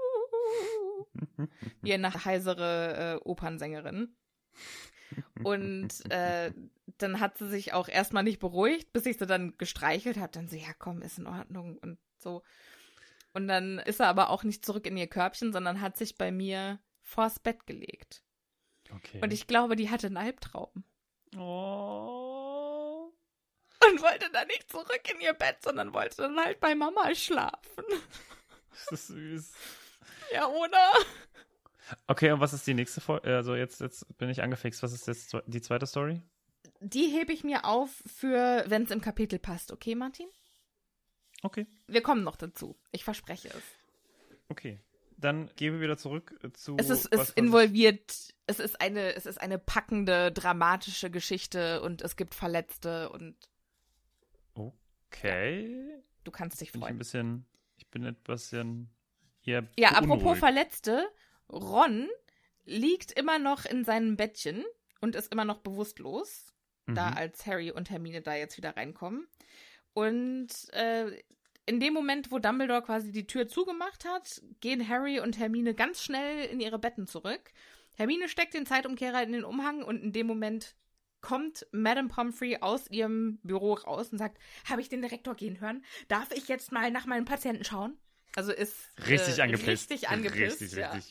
wie eine heisere Opernsängerin. Und dann hat sie sich auch erstmal nicht beruhigt, bis ich sie dann gestreichelt habe. Dann so, ja komm, ist in Ordnung und so. Und dann ist er aber auch nicht zurück in ihr Körbchen, sondern hat sich bei mir vors Bett gelegt. Okay. Und ich glaube, die hatte einen Albtraum. Oh. Und und wollte dann nicht zurück in ihr Bett, sondern wollte dann halt bei Mama schlafen. Das ist süß. Ja, oder? Okay, und was ist die nächste Folge? Also jetzt bin ich angefixt. Was ist jetzt die zweite Story? Die hebe ich mir auf für, wenn es im Kapitel passt. Okay, Martin? Okay. Wir kommen noch dazu. Ich verspreche es. Okay. Dann gehen wir wieder zurück zu... Es ist involviert, es ist eine packende, dramatische Geschichte und es gibt Verletzte und... Okay. Du kannst dich freuen. Ich bin ein bisschen hier Ja, beunruhigt. apropos Verletzte, Ron liegt immer noch in seinem Bettchen und ist immer noch bewusstlos, da als Harry und Hermine da jetzt wieder reinkommen. Und in dem Moment, wo Dumbledore quasi die Tür zugemacht hat, gehen Harry und Hermine ganz schnell in ihre Betten zurück. Hermine steckt den Zeitumkehrer in den Umhang und in dem Moment kommt Madame Pomfrey aus ihrem Büro raus und sagt, habe ich den Direktor gehen hören? Darf ich jetzt mal nach meinem Patienten schauen? Also ist richtig angepisst. Richtig angepisst. Richtig. Ja.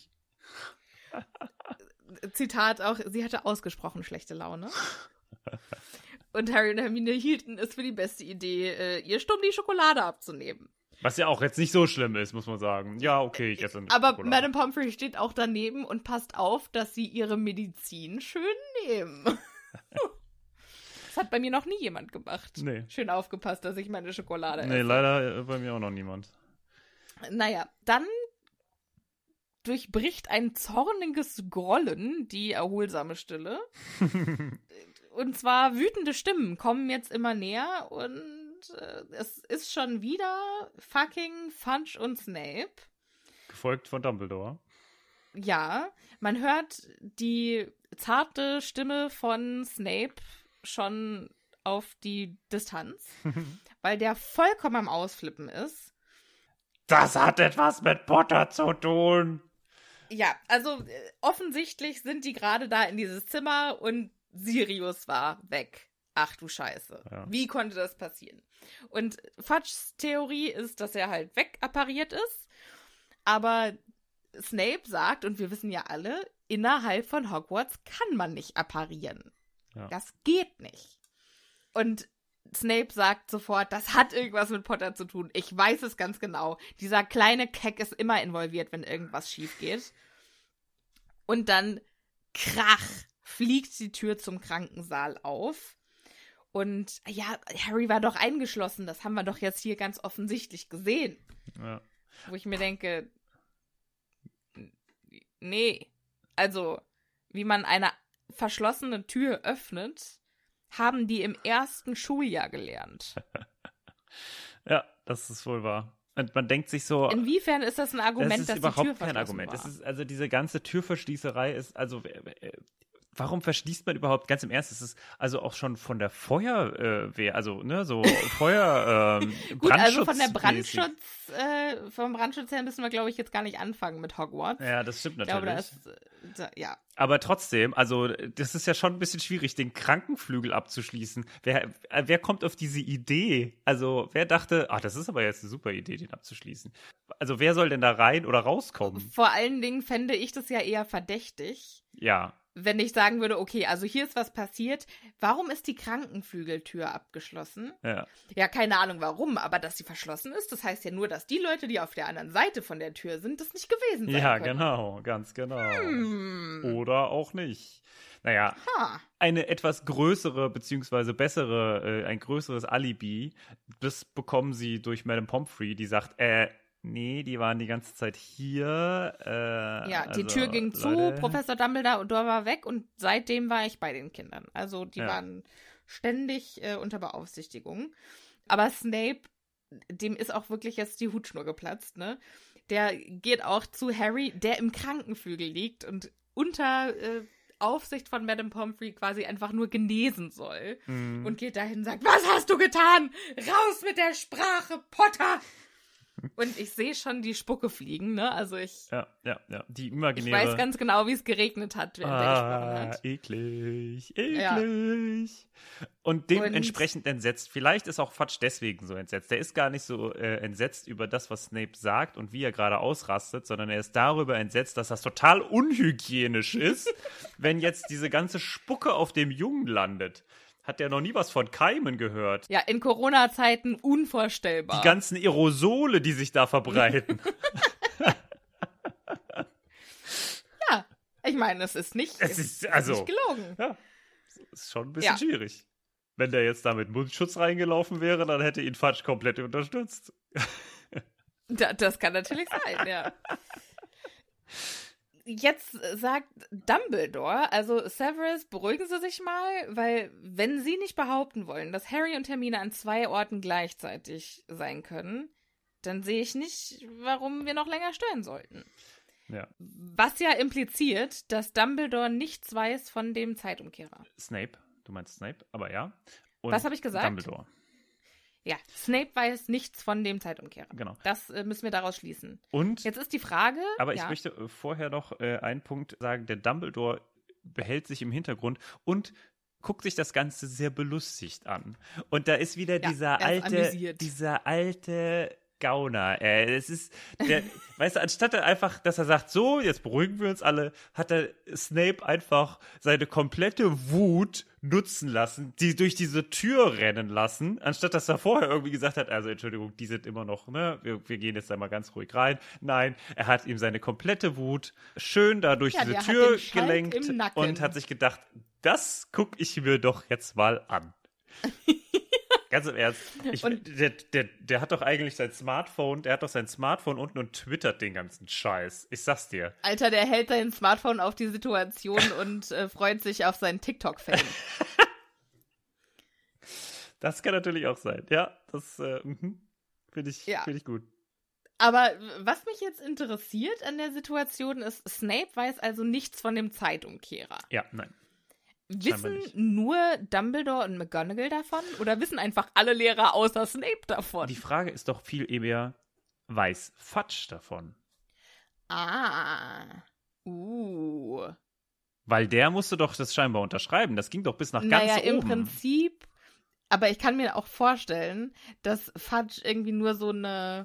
Zitat auch, sie hatte ausgesprochen schlechte Laune. Und Harry und Hermine hielten es für die beste Idee, ihr stumm die Schokolade abzunehmen. Was ja auch jetzt nicht so schlimm ist, muss man sagen. Ja, okay, ich esse eine Aber Schokolade. Madame Pomfrey steht auch daneben und passt auf, dass sie ihre Medizin schön nehmen. Das hat bei mir noch nie jemand gemacht. Nee. Schön aufgepasst, dass ich meine Schokolade esse. Nee, leider bei mir auch noch niemand. Naja, dann durchbricht ein zorniges Grollen die erholsame Stille. Und zwar wütende Stimmen kommen jetzt immer näher und es ist schon wieder fucking Fudge und Snape. Gefolgt von Dumbledore. Ja, man hört die zarte Stimme von Snape schon auf die Distanz, weil der vollkommen am Ausflippen ist. Das hat etwas mit Potter zu tun. Ja, also offensichtlich sind die gerade da in dieses Zimmer und Sirius war weg. Ach du Scheiße. Ja. Wie konnte das passieren? Und Fudges Theorie ist, dass er halt wegappariert ist, aber Snape sagt, und wir wissen ja alle, innerhalb von Hogwarts kann man nicht apparieren. Ja. Das geht nicht. Und Snape sagt sofort, das hat irgendwas mit Potter zu tun. Ich weiß es ganz genau. Dieser kleine Keck ist immer involviert, wenn irgendwas schief geht. Und dann, krach, fliegt die Tür zum Krankensaal auf. Und ja, Harry war doch eingeschlossen. Das haben wir doch jetzt hier ganz offensichtlich gesehen. Ja. Wo ich mir denke, nee. Also, wie man eine verschlossene Tür öffnet, haben die im ersten Schuljahr gelernt. Ja, das ist wohl wahr. Und man denkt sich so... Inwiefern ist das ein Argument, dass die Tür verschlossen war? Das ist überhaupt kein Argument. Das ist, also diese ganze Türverschließerei ist, also... Warum verschließt man überhaupt, ganz im Ernst, es ist also auch schon von der Feuerwehr, also, ne, so Feuer, Gut, also von der vom Brandschutz her müssen wir, glaube ich, jetzt gar nicht anfangen mit Hogwarts. Ja, das stimmt natürlich. Ich glaube, ja. Aber trotzdem, also, das ist ja schon ein bisschen schwierig, den Krankenflügel abzuschließen. Wer kommt auf diese Idee? Also, wer dachte, das ist aber jetzt eine super Idee, den abzuschließen. Also, wer soll denn da rein oder rauskommen? Vor allen Dingen fände ich das ja eher verdächtig. Ja. Wenn ich sagen würde, okay, also hier ist was passiert, warum ist die Krankenflügeltür abgeschlossen? Ja, keine Ahnung warum, aber dass sie verschlossen ist, das heißt ja nur, dass die Leute, die auf der anderen Seite von der Tür sind, das nicht gewesen sein können. Ja, genau, ganz genau. Oder auch nicht. Naja, eine etwas größere, beziehungsweise bessere, ein größeres Alibi, das bekommen sie durch Madame Pomfrey, die sagt, nee, die waren die ganze Zeit hier. Die Tür ging zu, Professor Dumbledore war weg und seitdem war ich bei den Kindern. Also die waren ständig unter Beaufsichtigung. Aber Snape, dem ist auch wirklich jetzt die Hutschnur geplatzt, ne? Der geht auch zu Harry, der im Krankenflügel liegt und unter Aufsicht von Madame Pomfrey quasi einfach nur genesen soll. Und geht dahin und sagt, was hast du getan? Raus mit der Sprache, Potter! Und ich sehe schon die Spucke fliegen, ne? Also Ja, die imaginäre... Ich weiß ganz genau, wie es geregnet hat, während er gesprochen hat. Eklig. Ja. Und dementsprechend entsetzt. Vielleicht ist auch Fudge deswegen so entsetzt. Der ist gar nicht so entsetzt über das, was Snape sagt und wie er gerade ausrastet, sondern er ist darüber entsetzt, dass das total unhygienisch ist, wenn jetzt diese ganze Spucke auf dem Jungen landet. hat der noch nie was von Keimen gehört. Ja, in Corona-Zeiten unvorstellbar. Die ganzen Aerosole, die sich da verbreiten. Ja, ich meine, es ist nicht gelogen. Ja, ist schon ein bisschen schwierig. Wenn der jetzt da mit Mundschutz reingelaufen wäre, dann hätte ihn Fudge komplett unterstützt. Das kann natürlich sein, ja. Jetzt sagt Dumbledore, also Severus, beruhigen Sie sich mal, weil wenn Sie nicht behaupten wollen, dass Harry und Hermine an 2 Orten gleichzeitig sein können, dann sehe ich nicht, warum wir noch länger stören sollten. Ja. Was ja impliziert, dass Dumbledore nichts weiß von dem Zeitumkehrer. Snape, du meinst Snape, aber ja. Und was habe ich gesagt? Dumbledore. Ja, Snape weiß nichts von dem Zeitumkehrer. Genau. Das müssen wir daraus schließen. Und jetzt ist die Frage. Aber ich möchte vorher noch einen Punkt sagen: Der Dumbledore behält sich im Hintergrund und guckt sich das Ganze sehr belustigt an. Und da ist wieder dieser alte Gauner. Es ist, weißt du, anstatt dass er sagt, so, jetzt beruhigen wir uns alle, hat der Snape einfach seine komplette Wut nutzen lassen, die durch diese Tür rennen lassen, anstatt dass er vorher irgendwie gesagt hat, also Entschuldigung, die sind immer noch, ne, wir gehen jetzt einmal ganz ruhig rein. Nein, er hat ihm seine komplette Wut schön da durch diese Tür gelenkt und hat sich gedacht, das gucke ich mir doch jetzt mal an. Ganz im Ernst. Der hat doch eigentlich sein Smartphone unten und twittert den ganzen Scheiß. Ich sag's dir. Alter, der hält sein Smartphone auf die Situation und freut sich auf seinen TikTok-Fame. Das kann natürlich auch sein. Ja, das finde ich gut. Aber was mich jetzt interessiert an der Situation ist, Snape weiß also nichts von dem Zeitumkehrer. Ja, nein. Wissen nur Dumbledore und McGonagall davon? Oder wissen einfach alle Lehrer außer Snape davon? Die Frage ist doch viel eher, weiß Fudge davon? Weil der musste doch das scheinbar unterschreiben. Das ging doch bis nach ganz oben. Naja, im Prinzip. Aber ich kann mir auch vorstellen, dass Fudge irgendwie nur so eine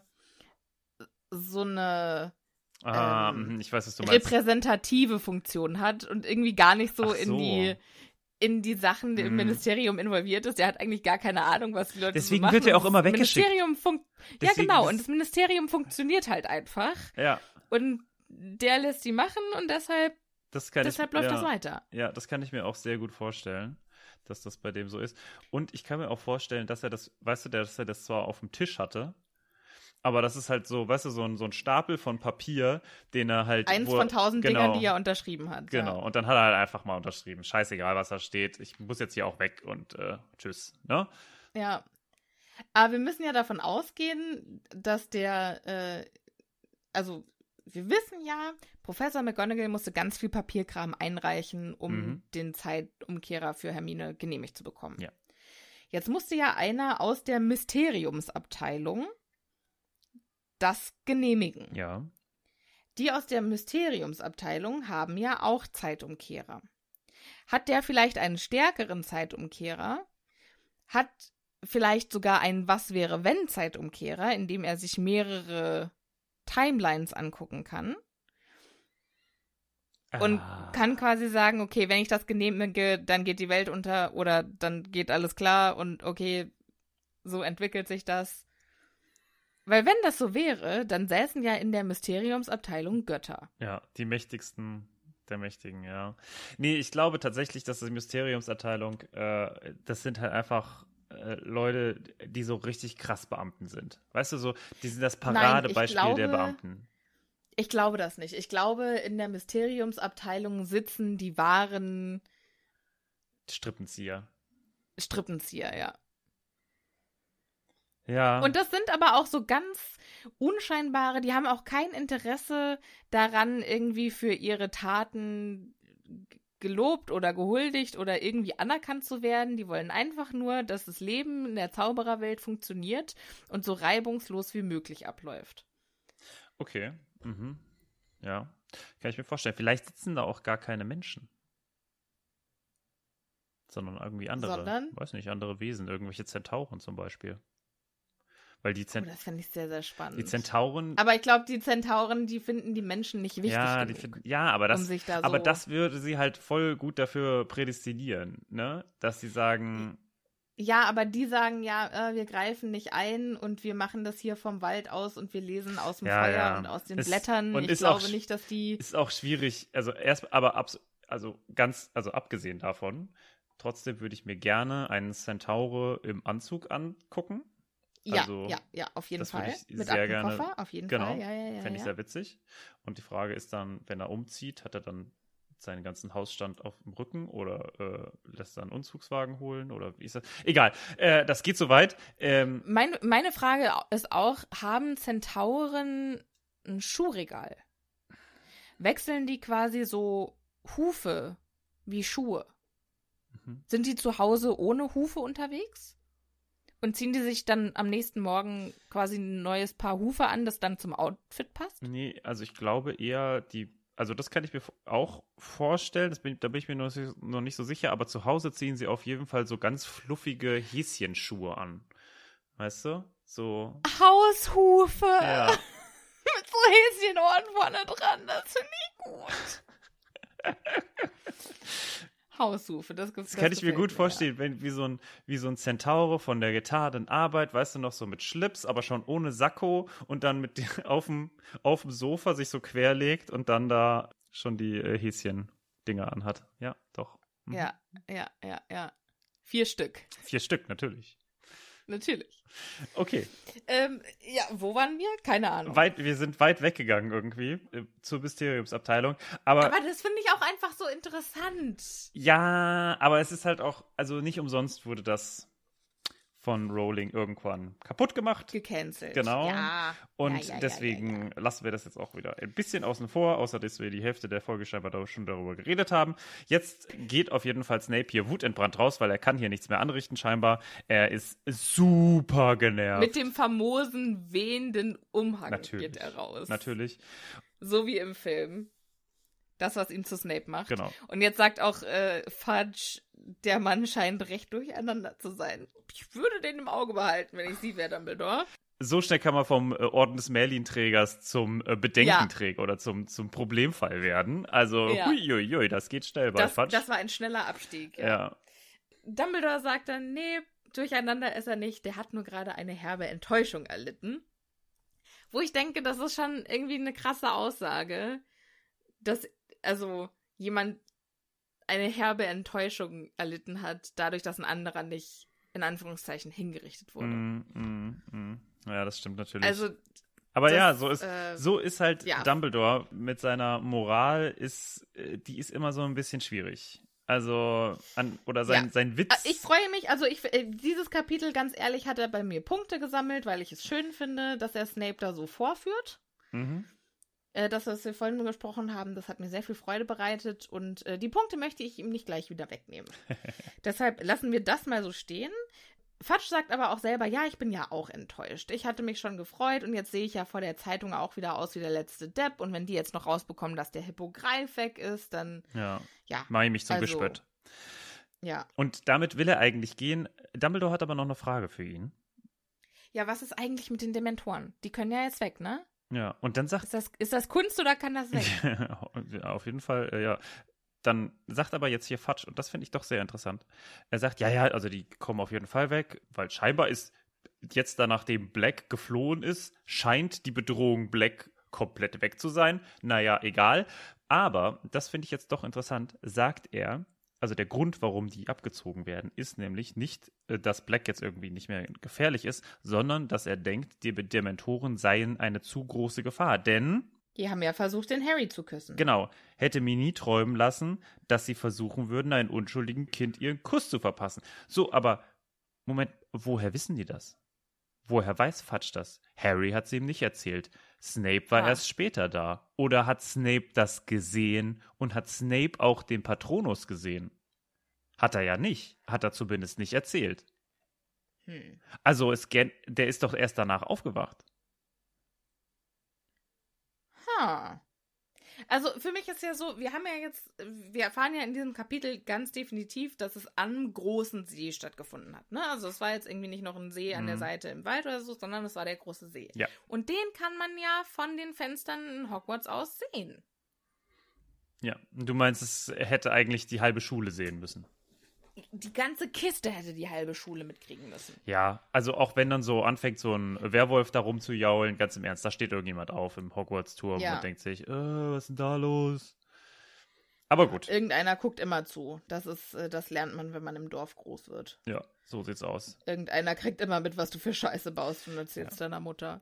ich weiß, was du meinst. Repräsentative Funktion hat und irgendwie gar nicht so. In die Sachen im Ministerium involviert ist. Der hat eigentlich gar keine Ahnung, was die Leute Deswegen so machen. wird er auch immer weggeschickt. Ja, genau. Und das Ministerium funktioniert halt einfach. Ja. Und der lässt die machen und deshalb läuft das weiter. Ja, das kann ich mir auch sehr gut vorstellen, dass das bei dem so ist. Und ich kann mir auch vorstellen, dass er das zwar auf dem Tisch hatte, aber das ist halt so, weißt du, so ein Stapel von Papier, den er halt... Eins von 1000 Dingern, die er unterschrieben hat. Genau, und dann hat er halt einfach mal unterschrieben. Scheißegal, was da steht. Ich muss jetzt hier auch weg und tschüss, ne? Ja. Aber wir müssen ja davon ausgehen, dass also wir wissen ja, Professor McGonagall musste ganz viel Papierkram einreichen, um den Zeitumkehrer für Hermine genehmigt zu bekommen. Ja. Jetzt musste ja einer aus der Mysteriumsabteilung das genehmigen. Ja. Die aus der Mysteriumsabteilung haben ja auch Zeitumkehrer. Hat der vielleicht einen stärkeren Zeitumkehrer? Hat vielleicht sogar einen Was-wäre-wenn-Zeitumkehrer, in dem er sich mehrere Timelines angucken kann? Und kann quasi sagen, okay, wenn ich das genehmige, dann geht die Welt unter oder dann geht alles klar und okay, so entwickelt sich das. Weil wenn das so wäre, dann säßen ja in der Mysteriumsabteilung Götter. Ja, die Mächtigsten der Mächtigen, ja. Nee, ich glaube tatsächlich, dass die Mysteriumsabteilung, das sind halt einfach Leute, die so richtig krass Beamten sind. Weißt du, so, die sind das Paradebeispiel der Beamten. Ich glaube das nicht. Ich glaube, in der Mysteriumsabteilung sitzen die wahren Strippenzieher, ja. Ja. Und das sind aber auch so ganz unscheinbare, die haben auch kein Interesse daran, irgendwie für ihre Taten gelobt oder gehuldigt oder irgendwie anerkannt zu werden. Die wollen einfach nur, dass das Leben in der Zaubererwelt funktioniert und so reibungslos wie möglich abläuft. Okay. Ja. Kann ich mir vorstellen. Vielleicht sitzen da auch gar keine Menschen. Sondern irgendwie andere. Weiß nicht, andere Wesen. Irgendwelche Zentauren zum Beispiel. Weil die das fände ich sehr, sehr spannend. Die Zentauren... Aber ich glaube, die Zentauren, die finden die Menschen nicht wichtig genug. Aber das, um sich da aber das würde sie halt voll gut dafür prädestinieren, ne? Dass sie sagen... Ja, aber die sagen wir greifen nicht ein und wir machen das hier vom Wald aus und wir lesen aus dem Feuer und aus den Blättern. Und ich glaube nicht, dass die... Ist auch schwierig, also abgesehen davon, trotzdem würde ich mir gerne einen Centaure im Anzug angucken. Also, ja, auf jeden Fall. Mit sehr gerne. Koffer, auf jeden Fall. Ja, fände ich sehr witzig. Und die Frage ist dann, wenn er umzieht, hat er dann seinen ganzen Hausstand auf dem Rücken oder lässt er einen Umzugswagen holen oder wie ist das? Egal, das geht so weit. Meine Frage ist auch, haben Zentauren ein Schuhregal? Wechseln die quasi so Hufe wie Schuhe? Sind die zu Hause ohne Hufe unterwegs? Und ziehen die sich dann am nächsten Morgen quasi ein neues Paar Hufe an, das dann zum Outfit passt? Nee, also ich glaube eher, also das kann ich mir auch vorstellen, da bin ich mir noch nicht so sicher, aber zu Hause ziehen sie auf jeden Fall so ganz fluffige Häschenschuhe an. Weißt du? So. Haushufe! Ja. Mit so Häschenohren vorne dran, das finde ich gut. Haushufe, das kann ich mir gut vorstellen, wie so ein Zentaure von der getarnten Arbeit, weißt du, noch so mit Schlips, aber schon ohne Sakko und dann auf dem Sofa sich so querlegt und dann da schon die Häschen-Dinger anhat. Ja, doch. Ja. 4 Stück. 4 Stück, natürlich. Natürlich. Okay. Wo waren wir? Keine Ahnung. Wir sind weit weggegangen irgendwie zur Mysteriumsabteilung. Aber das finde ich auch einfach so interessant. Ja, aber es ist halt auch, also nicht umsonst wurde das von Rowling irgendwann kaputt gemacht. Gecancelt. Genau. Ja. Und deswegen lassen wir das jetzt auch wieder ein bisschen außen vor, außer dass wir die Hälfte der Folge scheinbar schon darüber geredet haben. Jetzt geht auf jeden Fall Snape hier wutentbrannt raus, weil er kann hier nichts mehr anrichten scheinbar. Er ist super genervt. Mit dem famosen wehenden Umhang geht er raus. Natürlich. So wie im Film. Das, was ihn zu Snape macht. Genau. Und jetzt sagt auch Fudge, der Mann scheint recht durcheinander zu sein. Ich würde den im Auge behalten, wenn ich sie wäre, Dumbledore. So schnell kann man vom Orden des Merlin-Trägers zum Bedenkenträger oder zum Problemfall werden. Also, huiuiui, das geht schnell bei Fudge. Das war ein schneller Abstieg. Ja. Dumbledore sagt dann, nee, durcheinander ist er nicht. Der hat nur gerade eine herbe Enttäuschung erlitten. Wo ich denke, das ist schon irgendwie eine krasse Aussage, dass jemand eine herbe Enttäuschung erlitten hat, dadurch, dass ein anderer nicht, in Anführungszeichen, hingerichtet wurde. Ja, das stimmt natürlich. Also, aber so ist halt Dumbledore mit seiner Moral, die ist immer so ein bisschen schwierig. Also, sein Witz. Ich freue mich, dieses Kapitel, ganz ehrlich, hat er bei mir Punkte gesammelt, weil ich es schön finde, dass er Snape da so vorführt. Das, was wir vorhin gesprochen haben, das hat mir sehr viel Freude bereitet und die Punkte möchte ich ihm nicht gleich wieder wegnehmen. Deshalb lassen wir das mal so stehen. Fudge sagt aber auch selber, ja, ich bin ja auch enttäuscht. Ich hatte mich schon gefreut und jetzt sehe ich ja vor der Zeitung auch wieder aus wie der letzte Depp und wenn die jetzt noch rausbekommen, dass der Hippogreif weg ist, dann mache ich mich zum Gespött. Ja. Und damit will er eigentlich gehen. Dumbledore hat aber noch eine Frage für ihn. Ja, was ist eigentlich mit den Dementoren? Die können ja jetzt weg, ne? Ja, und dann sagt... Ist das Kunst oder kann das weg? Ja, auf jeden Fall, ja. Dann sagt aber jetzt hier Fudge, und das finde ich doch sehr interessant. Er sagt, also die kommen auf jeden Fall weg, weil scheinbar ist jetzt da, nachdem Black geflohen ist, scheint die Bedrohung Black komplett weg zu sein. Naja, egal. Aber, das finde ich jetzt doch interessant, sagt er, also der Grund, warum die abgezogen werden, ist nämlich nicht, dass Black jetzt irgendwie nicht mehr gefährlich ist, sondern dass er denkt, die Dementoren seien eine zu große Gefahr. Denn die haben ja versucht, den Harry zu küssen. Genau. Hätte mir nie träumen lassen, dass sie versuchen würden, einem unschuldigen Kind ihren Kuss zu verpassen. So, aber Moment, woher wissen die das? Woher weiß Fudge das? Harry hat es ihm nicht erzählt. Snape war erst später da. Oder hat Snape das gesehen und hat Snape auch den Patronus gesehen? Hat er ja nicht. Hat er zumindest nicht erzählt. Also, der ist doch erst danach aufgewacht. Also für mich ist ja so, wir erfahren ja in diesem Kapitel ganz definitiv, dass es am großen See stattgefunden hat. Ne? Also es war jetzt irgendwie nicht noch ein See an der Seite im Wald oder so, sondern es war der große See. Ja. Und den kann man ja von den Fenstern in Hogwarts aus sehen. Ja, du meinst, es hätte eigentlich die halbe Schule sehen müssen. Die ganze Kiste hätte die halbe Schule mitkriegen müssen. Ja, also auch wenn dann so anfängt, so ein Werwolf da rumzujaulen, ganz im Ernst, da steht irgendjemand auf im Hogwarts-Turm und denkt sich, was ist denn da los? Aber gut. Irgendeiner guckt immer zu. Das lernt man, wenn man im Dorf groß wird. Ja, so sieht's aus. Irgendeiner kriegt immer mit, was du für Scheiße baust und erzählst deiner Mutter.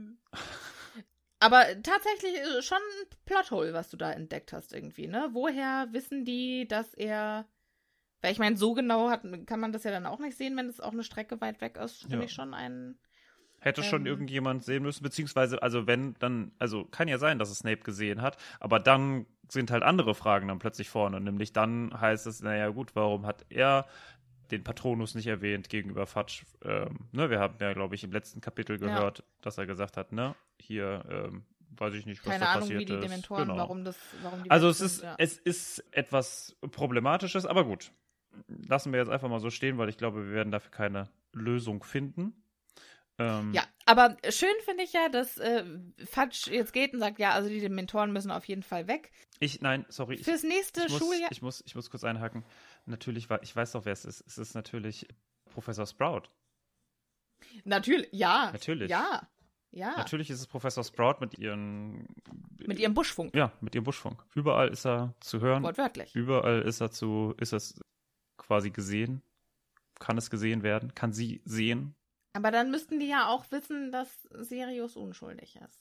Aber tatsächlich schon ein Plothole, was du da entdeckt hast irgendwie, ne? Woher wissen die, dass er... Weil ich meine, so genau kann man das ja dann auch nicht sehen, wenn es auch eine Strecke weit weg ist. Finde ich schon ein... Hätte schon irgendjemand sehen müssen, beziehungsweise, also wenn, dann, also kann ja sein, dass es Snape gesehen hat, aber dann sind halt andere Fragen dann plötzlich vorne. Nämlich dann heißt es, naja gut, warum hat er den Patronus nicht erwähnt gegenüber Fudge? Wir haben ja, glaube ich, im letzten Kapitel gehört, dass er gesagt hat, ne, hier, weiß ich nicht, was Keine da Ahnung, passiert wie die ist. Dementoren, Genau. warum die also sind, es ist etwas Problematisches, aber gut. Lassen wir jetzt einfach mal so stehen, weil ich glaube, wir werden dafür keine Lösung finden. Ja, aber schön finde ich ja, dass Fudge jetzt geht und sagt, ja, also die Dementoren müssen auf jeden Fall weg. Fürs nächste Schuljahr... Ich muss kurz einhaken. Natürlich, ich weiß doch, wer es ist. Es ist natürlich Professor Sprout. Natürlich, ja. Natürlich. Ja. Natürlich ist es Professor Sprout mit ihrem Buschfunk. Ja, mit ihrem Buschfunk. Überall ist er zu hören. Wortwörtlich. Überall ist es quasi gesehen. Kann es gesehen werden? Kann sie sehen? Aber dann müssten die ja auch wissen, dass Sirius unschuldig ist.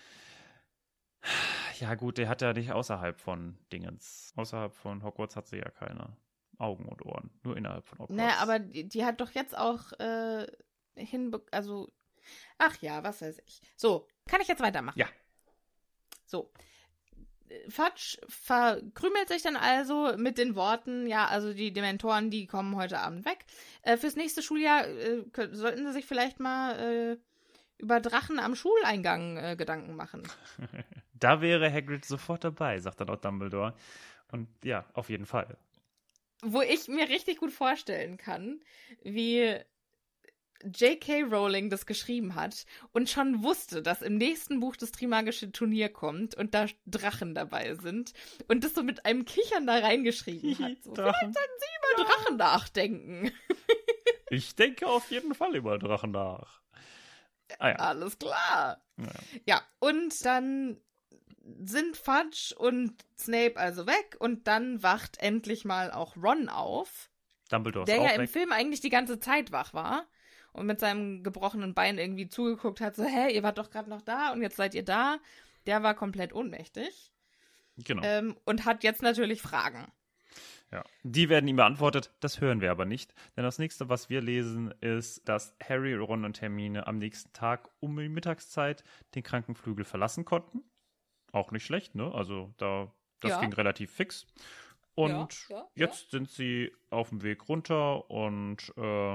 Ja gut, der hat ja nicht außerhalb von Dingens. Außerhalb von Hogwarts hat sie ja keine Augen und Ohren. Nur innerhalb von Hogwarts. Naja, aber die hat doch jetzt auch ach ja, was weiß ich. So, kann ich jetzt weitermachen? Ja. So. Fudge verkrümelt sich dann also mit den Worten, ja, also die Dementoren, die kommen heute Abend weg. Fürs nächste Schuljahr sollten sie sich vielleicht mal über Drachen am Schuleingang Gedanken machen. Da wäre Hagrid sofort dabei, sagt dann auch Dumbledore. Und ja, auf jeden Fall. Wo ich mir richtig gut vorstellen kann, wie J.K. Rowling das geschrieben hat und schon wusste, dass im nächsten Buch das Trimagische Turnier kommt und da Drachen dabei sind und das so mit einem Kichern da reingeschrieben hat. So, vielleicht sollten Sie über Drachen nachdenken. Ich denke auf jeden Fall über Drachen nach. Ah, ja. Alles klar. Ja, und dann sind Fudge und Snape also weg und dann wacht endlich mal auch Ron auf. Dumbledore ist der auch ja im weg. Film eigentlich die ganze Zeit wach war. Und mit seinem gebrochenen Bein irgendwie zugeguckt hat, so, hä, ihr wart doch gerade noch da und jetzt seid ihr da. Der war komplett ohnmächtig. Genau. Und hat jetzt natürlich Fragen. Ja, die werden ihm beantwortet, das hören wir aber nicht. Denn das nächste, was wir lesen, ist, dass Harry, Ron und Hermine am nächsten Tag um die Mittagszeit den Krankenflügel verlassen konnten. Auch nicht schlecht, ne? Also das ging relativ fix. Und jetzt sind sie auf dem Weg runter und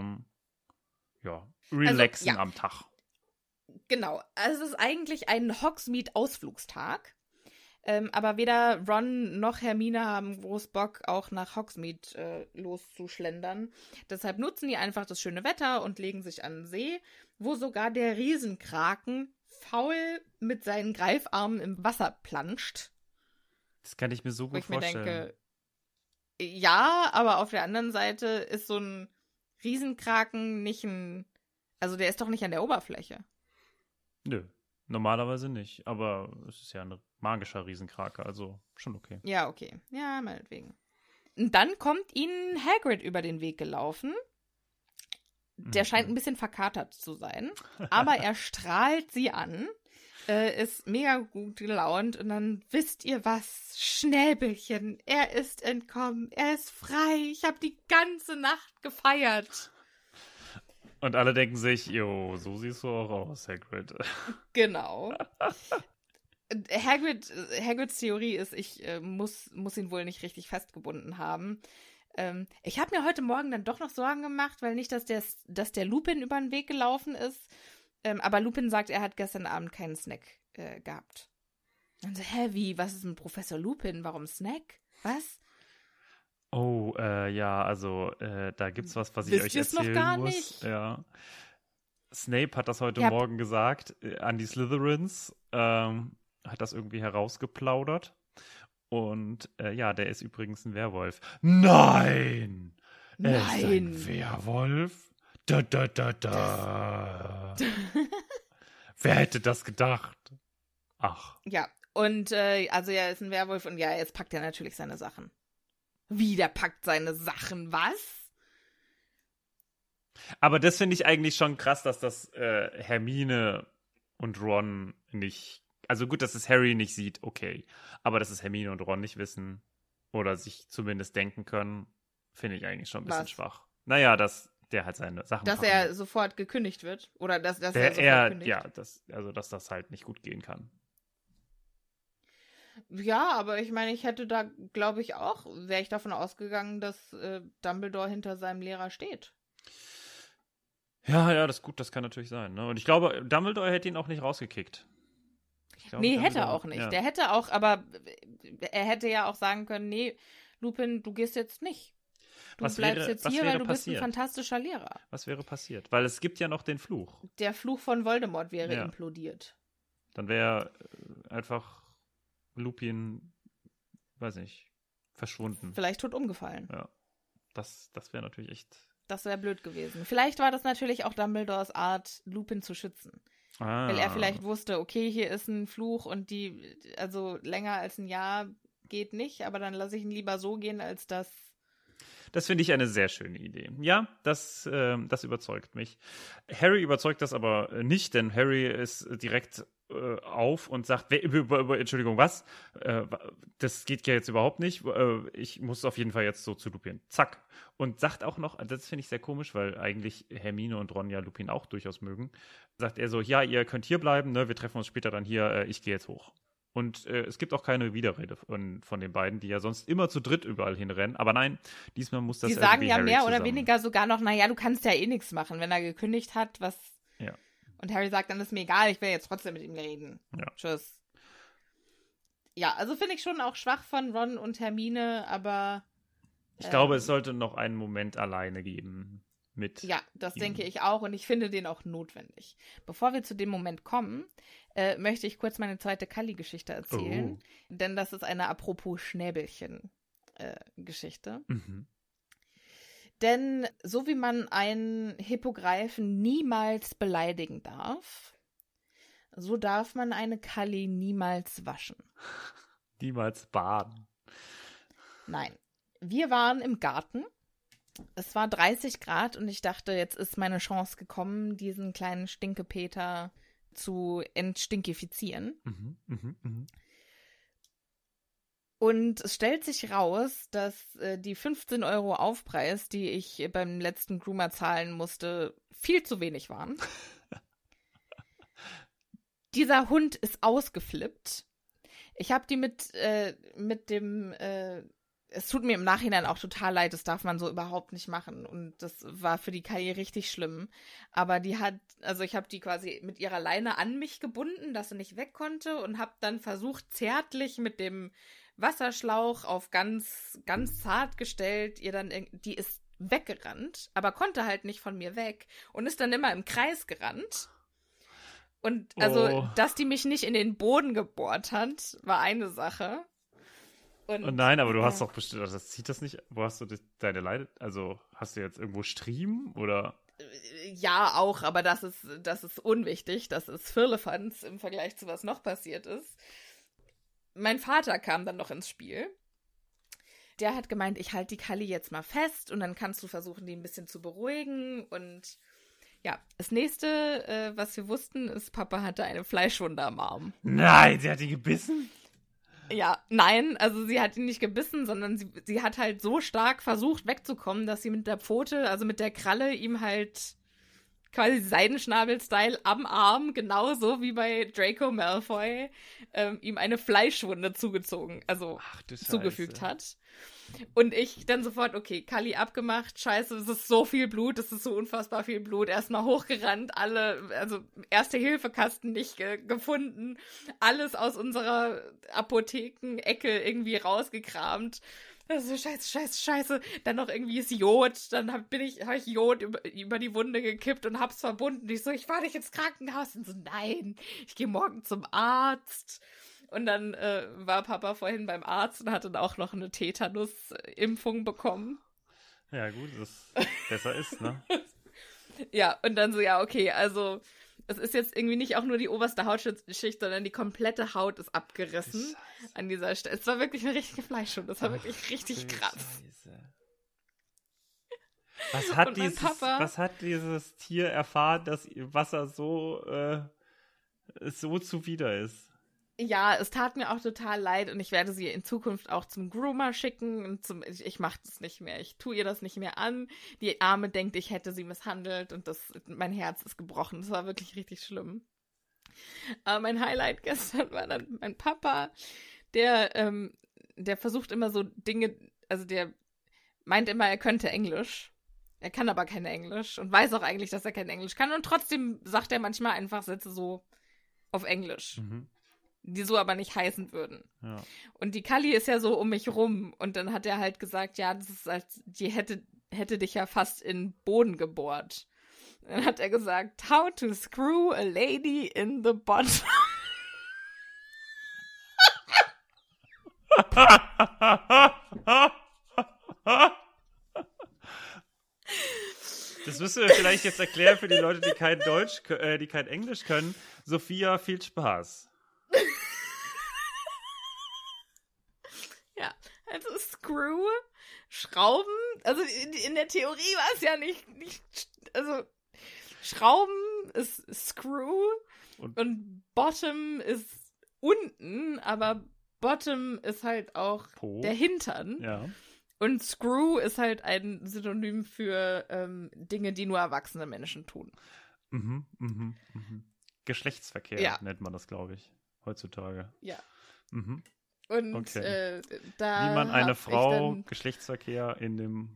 relaxen am Tag. Genau. Also es ist eigentlich ein Hogsmeade-Ausflugstag. Aber weder Ron noch Hermine haben groß Bock, auch nach Hogsmeade loszuschlendern. Deshalb nutzen die einfach das schöne Wetter und legen sich an den See, wo sogar der Riesenkraken faul mit seinen Greifarmen im Wasser planscht. Das kann ich mir so gut vorstellen. Wo ich mir denke, ja, aber auf der anderen Seite ist so ein Riesenkraken also der ist doch nicht an der Oberfläche. Nö, normalerweise nicht. Aber es ist ja ein magischer Riesenkrake, also schon okay. Ja, okay. Ja, meinetwegen. Und dann kommt ihnen Hagrid über den Weg gelaufen. Der scheint ein bisschen verkatert zu sein. Aber er strahlt sie an, ist mega gut gelaunt. Und dann, wisst ihr was? Schnäbelchen, er ist entkommen. Er ist frei. Ich habe die ganze Nacht gefeiert. Und alle denken sich, jo, so siehst du auch aus, Hagrid. Genau. Hagrids Theorie ist, ich muss ihn wohl nicht richtig festgebunden haben. Ich habe mir heute Morgen dann doch noch Sorgen gemacht, weil nicht, dass der Lupin über den Weg gelaufen ist. Aber Lupin sagt, er hat gestern Abend keinen Snack gehabt. Und so, wie, was ist mit Professor Lupin? Warum Snack? Was? Oh, ja, also da gibt's was ich euch erzählen noch gar muss. Nicht? Ja. Snape hat das heute Morgen gesagt an die Slytherins, hat das irgendwie herausgeplaudert. Und ja, der ist übrigens ein Werwolf. Nein! Er ist ein Werwolf? Da. Wer hätte das gedacht? Ach. Ja, und also er ist ein Werwolf und ja, jetzt packt er natürlich seine Sachen. Wie, der packt seine Sachen? Was? Aber das finde ich eigentlich schon krass, dass das Hermine und Ron nicht. Also gut, dass es Harry nicht sieht, okay. Aber dass es Hermine und Ron nicht wissen oder sich zumindest denken können, finde ich eigentlich schon ein bisschen schwach. Naja, dass der halt seine Sachen Dass er sofort gekündigt wird? Oder dass er sofort kündigt? Ja, dass das halt nicht gut gehen kann. Ja, aber ich meine, ich hätte da, glaube ich auch, wäre ich davon ausgegangen, dass Dumbledore hinter seinem Lehrer steht. Ja, das kann natürlich sein. Ne? Und ich glaube, Dumbledore hätte ihn auch nicht rausgekickt. Hätte er auch nicht. Ja. Der hätte auch, aber er hätte ja auch sagen können, nee, Lupin, du gehst jetzt nicht. Du bleibst jetzt hier, weil du bist ein fantastischer Lehrer. Was wäre passiert? Weil es gibt ja noch den Fluch. Der Fluch von Voldemort wäre implodiert. Dann wäre einfach Lupin, weiß nicht, verschwunden. Vielleicht tot umgefallen. Ja, das wäre natürlich echt... Das wäre blöd gewesen. Vielleicht war das natürlich auch Dumbledores Art, Lupin zu schützen. Weil er vielleicht wusste, okay, hier ist ein Fluch und also länger als ein Jahr geht nicht, aber dann lasse ich ihn lieber so gehen, als das. Das finde ich eine sehr schöne Idee. Ja, das überzeugt mich. Harry überzeugt das aber nicht, denn Harry ist direkt auf und sagt, Entschuldigung, was? Das geht ja jetzt überhaupt nicht. Ich muss auf jeden Fall jetzt so zu Lupin. Zack. Und sagt auch noch, das finde ich sehr komisch, weil eigentlich Hermine und Ron ja Lupin auch durchaus mögen, sagt er so, ja, ihr könnt hier bleiben, ne? Wir treffen uns später dann hier, ich gehe jetzt hoch. Und es gibt auch keine Widerrede von den beiden, die ja sonst immer zu dritt überall hinrennen. Aber nein, diesmal muss das irgendwie Harry zusammen. Die sagen ja mehr oder weniger sogar noch, naja, du kannst ja eh nichts machen, wenn er gekündigt hat, was... Ja. Und Harry sagt, dann ist mir egal, ich will jetzt trotzdem mit ihm reden. Ja. Tschüss. Ja, also finde ich schon auch schwach von Ron und Hermine, aber... Ich glaube, es sollte noch einen Moment alleine geben mit... Ja, das denke ich auch und ich finde den auch notwendig. Bevor wir zu dem Moment kommen, möchte ich kurz meine zweite Kalli-Geschichte erzählen. Denn das ist eine apropos Schnäbelchen-Geschichte. Mhm. Denn so wie man einen Hippogreifen niemals beleidigen darf, so darf man eine Kalli niemals waschen. Niemals baden. Nein. Wir waren im Garten. Es war 30 Grad und ich dachte, jetzt ist meine Chance gekommen, diesen kleinen Stinkepeter zu entstinkifizieren. Und es stellt sich raus, dass die 15 € Aufpreis, die ich beim letzten Groomer zahlen musste, viel zu wenig waren. Dieser Hund ist ausgeflippt. Ich habe die mit dem es tut mir im Nachhinein auch total leid, das darf man so überhaupt nicht machen. Und das war für die Kai richtig schlimm. Aber ich habe die quasi mit ihrer Leine an mich gebunden, dass sie nicht weg konnte und habe dann versucht, zärtlich mit dem Wasserschlauch auf ganz, ganz zart gestellt, die ist weggerannt, aber konnte halt nicht von mir weg und ist dann immer im Kreis gerannt. Und also, dass die mich nicht in den Boden gebohrt hat, war eine Sache. Und nein, aber du hast doch bestimmt, das zieht das nicht, wo hast du deine Leine, also hast du jetzt irgendwo Striemen oder? Ja, auch, aber das ist unwichtig, das ist Firlefanz im Vergleich zu was noch passiert ist. Mein Vater kam dann noch ins Spiel. Der hat gemeint, ich halte die Kalli jetzt mal fest und dann kannst du versuchen, die ein bisschen zu beruhigen und ja, das nächste, was wir wussten, ist, Papa hatte eine Fleischwunde am Arm. Nein, sie hat ihn gebissen? Ja, nein, also sie hat ihn nicht gebissen, sondern sie hat halt so stark versucht wegzukommen, dass sie mit der Pfote, also mit der Kralle, ihm halt quasi Seidenschnabel-Style am Arm, genauso wie bei Draco Malfoy, ihm eine Fleischwunde zugefügt hat. Und ich dann sofort, okay, Cully abgemacht, scheiße, es ist so viel Blut, es ist so unfassbar viel Blut, erstmal hochgerannt, Erste-Hilfe-Kasten nicht gefunden, alles aus unserer Apothekenecke irgendwie rausgekramt. Also scheiße. Dann noch irgendwie ist Jod. Dann hab ich Jod über die Wunde gekippt und hab's verbunden. Ich fahre dich ins Krankenhaus. Und so, nein, ich gehe morgen zum Arzt. Und dann war Papa vorhin beim Arzt und hat dann auch noch eine Tetanus-Impfung bekommen. Ja, gut, das besser ist, ne? Ja, und dann so, ja, okay, also es ist jetzt irgendwie nicht auch nur die oberste Hautschicht, sondern die komplette Haut ist abgerissen an dieser Stelle. Es war wirklich eine richtige Fleischwunde. Das war wirklich richtig krass. Was hat dieses Tier erfahren, dass ihr Wasser so zuwider ist? Ja, es tat mir auch total leid und ich werde sie in Zukunft auch zum Groomer schicken und ich mache das nicht mehr. Ich tue ihr das nicht mehr an. Die Arme denkt, ich hätte sie misshandelt und mein Herz ist gebrochen. Das war wirklich richtig schlimm. Aber mein Highlight gestern war dann mein Papa, der versucht immer so Dinge, also der meint immer, er könnte Englisch. Er kann aber kein Englisch und weiß auch eigentlich, dass er kein Englisch kann und trotzdem sagt er manchmal einfach Sätze so auf Englisch. Die so aber nicht heißen würden. Ja. Und die Cully ist ja so um mich rum. Und dann hat er halt gesagt, ja, das ist als, die hätte dich ja fast in den Boden gebohrt. Und dann hat er gesagt, how to screw a lady in the bottom. Das müssen wir vielleicht jetzt erklären für die Leute, die kein Englisch können. Sophia, viel Spaß. Ja, also Screw, Schrauben, also in der Theorie war es ja nicht, also Schrauben ist Screw und Bottom ist unten, aber Bottom ist halt auch der Hintern. Ja. Und Screw ist halt ein Synonym für Dinge, die nur erwachsene Menschen tun. Geschlechtsverkehr nennt man das, glaube ich, heutzutage. Ja. Und okay. Da wie man eine Frau Geschlechtsverkehr in dem...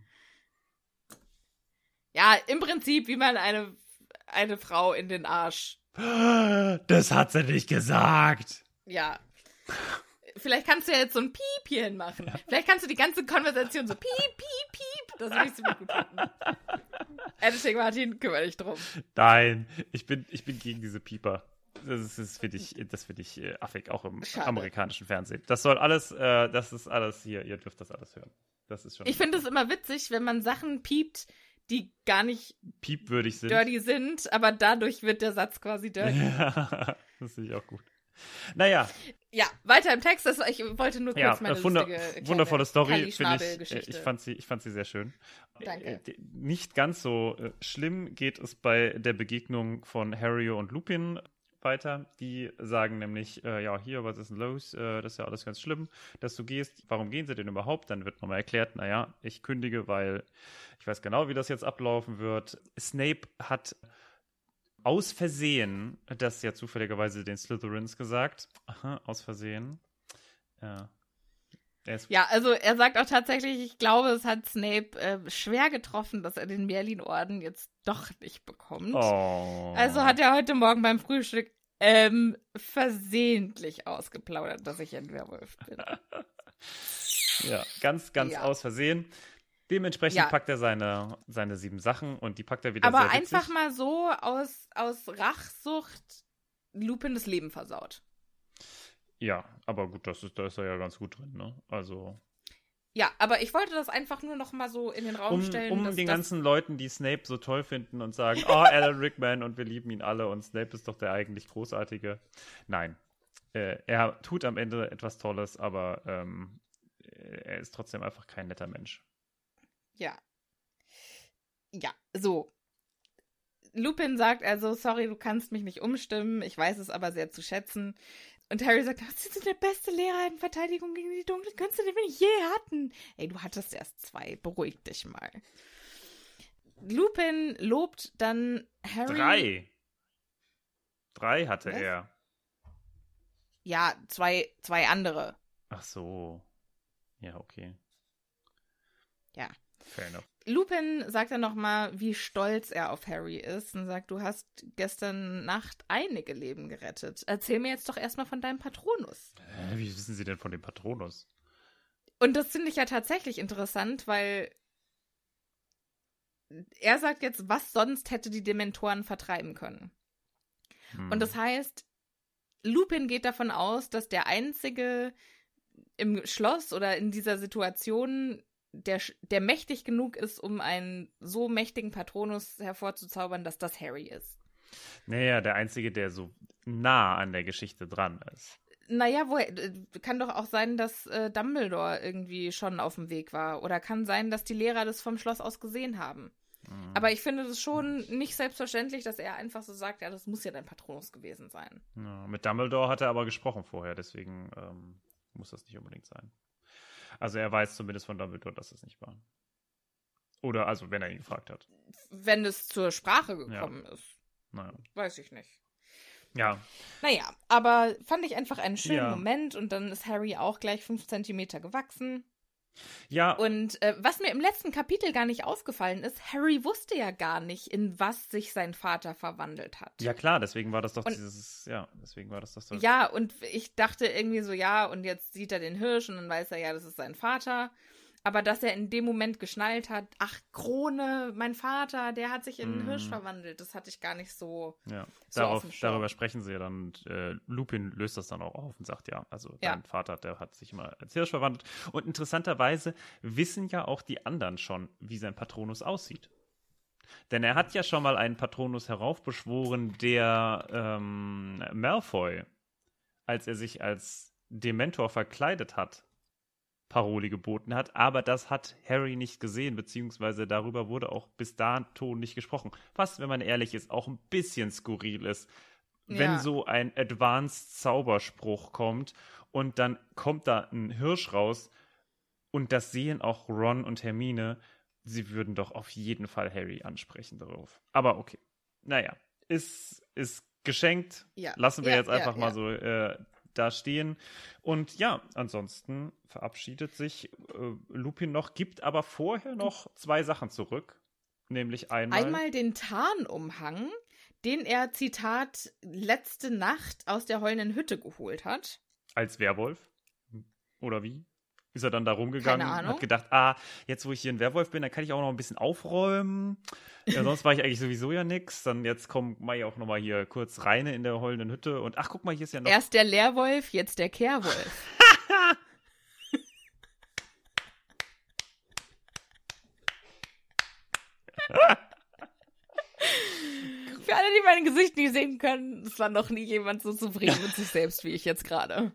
Ja, im Prinzip, wie man eine Frau in den Arsch... Das hat sie nicht gesagt! Ja. Vielleicht kannst du ja jetzt so ein Piep hier hinmachen. Ja. Vielleicht kannst du die ganze Konversation so Piep, Piep, Piep. Das würde ich ziemlich gut finden. Editing, Martin, kümmere dich drum. Nein, ich bin gegen diese Pieper. Das finde ich affig, auch im amerikanischen Fernsehen. Das ist alles hier, ihr dürft das alles hören. Das ist schon. Ich finde es immer witzig, wenn man Sachen piept, die gar nicht piepwürdig sind. Dirty sind, aber dadurch wird der Satz quasi dirty. Ja, das finde ich auch gut. Naja. Ja, weiter im Text. Ich wollte nur kurz meine wundervolle Story, finde ich. Ich fand sie sehr schön. Danke. Nicht ganz so schlimm geht es bei der Begegnung von Harry und Lupin weiter. Die sagen nämlich, hier, was ist denn los? Das ist ja alles ganz schlimm, dass du gehst. Warum gehen sie denn überhaupt? Dann wird nochmal erklärt, ich kündige, weil ich weiß genau, wie das jetzt ablaufen wird. Snape hat aus Versehen, das ja zufälligerweise den Slytherins gesagt. Aha, aus Versehen. Ja. Ja, also er sagt auch tatsächlich, ich glaube, es hat Snape schwer getroffen, dass er den Merlin-Orden jetzt doch nicht bekommt. Oh. Also hat er heute Morgen beim Frühstück versehentlich ausgeplaudert, dass ich ein Werwolf bin. Ja, ganz aus Versehen. Dementsprechend packt er seine 7 Sachen und die packt er wieder aber sehr witzig. Einfach mal so aus Rachsucht Lupin das Leben versaut. Ja, aber gut, da ist er ja ganz gut drin, ne? Also. Ja, aber ich wollte das einfach nur noch mal so in den Raum stellen. Um den ganzen Leuten, die Snape so toll finden und sagen, Alan Rickman und wir lieben ihn alle und Snape ist doch der eigentlich Großartige. Nein, er tut am Ende etwas Tolles, aber er ist trotzdem einfach kein netter Mensch. Ja. Ja, so. Lupin sagt also, sorry, du kannst mich nicht umstimmen, ich weiß es aber sehr zu schätzen. Und Harry sagt, Sie sind der beste Lehrer in Verteidigung gegen die dunklen Künste, den wir je hatten. Ey, du hattest erst 2, beruhig dich mal. Lupin lobt dann Harry. 3 hatte er. Ja, zwei andere. Ach so. Ja, okay. Ja. Fair enough. Lupin sagt dann nochmal, wie stolz er auf Harry ist und sagt, du hast gestern Nacht einige Leben gerettet. Erzähl mir jetzt doch erstmal von deinem Patronus. Wie wissen Sie denn von dem Patronus? Und das finde ich ja tatsächlich interessant, weil er sagt jetzt, was sonst hätte die Dementoren vertreiben können. Und das heißt, Lupin geht davon aus, dass der Einzige im Schloss oder in dieser Situation, der mächtig genug ist, um einen so mächtigen Patronus hervorzuzaubern, dass das Harry ist. Naja, der Einzige, der so nah an der Geschichte dran ist. Naja, kann doch auch sein, dass Dumbledore irgendwie schon auf dem Weg war. Oder kann sein, dass die Lehrer das vom Schloss aus gesehen haben. Aber ich finde das schon nicht selbstverständlich, dass er einfach so sagt, ja, das muss ja dein Patronus gewesen sein. Ja, mit Dumbledore hat er aber gesprochen vorher, deswegen muss das nicht unbedingt sein. Also er weiß zumindest von Dumbledore, dass es nicht war. Oder, also wenn er ihn gefragt hat. Wenn es zur Sprache gekommen ist. Naja. Weiß ich nicht. Ja. Naja, aber fand ich einfach einen schönen Moment und dann ist Harry auch gleich 5 Zentimeter gewachsen. Ja. Und was mir im letzten Kapitel gar nicht aufgefallen ist, Harry wusste ja gar nicht, in was sich sein Vater verwandelt hat. Ja klar, deswegen war das doch und, deswegen war das doch so. Ja, und ich dachte irgendwie so, ja, und jetzt sieht er den Hirsch und dann weiß er, ja, das ist sein Vater. Aber dass er in dem Moment geschnallt hat, ach, Krone, mein Vater, der hat sich in einen Hirsch verwandelt. Das hatte ich gar nicht so. Ja, so darüber sprechen sie ja dann. Und Lupin löst das dann auch auf und sagt, ja, also dein Vater, der hat sich immer als Hirsch verwandelt. Und interessanterweise wissen ja auch die anderen schon, wie sein Patronus aussieht. Denn er hat ja schon mal einen Patronus heraufbeschworen, der Malfoy, als er sich als Dementor verkleidet hat, Paroli geboten hat, aber das hat Harry nicht gesehen, beziehungsweise darüber wurde auch bis dato nicht gesprochen. Was, wenn man ehrlich ist, auch ein bisschen skurril ist, wenn so ein Advanced-Zauberspruch kommt und dann kommt da ein Hirsch raus und das sehen auch Ron und Hermine, sie würden doch auf jeden Fall Harry ansprechen darauf. Aber okay, naja, ist geschenkt, lassen wir jetzt einfach mal so da stehen. Und ja, ansonsten verabschiedet sich Lupin noch, gibt aber vorher noch 2 Sachen zurück. Nämlich einmal den Tarnumhang, den er, Zitat, letzte Nacht aus der heulenden Hütte geholt hat. Als Werwolf? Oder wie? Ist er dann da rumgegangen und hat gedacht, jetzt wo ich hier ein Werwolf bin, dann kann ich auch noch ein bisschen aufräumen. Ja, sonst war ich eigentlich sowieso ja nix. Dann jetzt mach ich auch noch mal hier kurz rein in der heulenden Hütte. Und ach, guck mal, hier ist ja noch... Erst der Leerwolf, jetzt der Kehrwolf. Für alle, die mein Gesicht nie sehen können, es war noch nie jemand so zufrieden mit sich selbst wie ich jetzt gerade.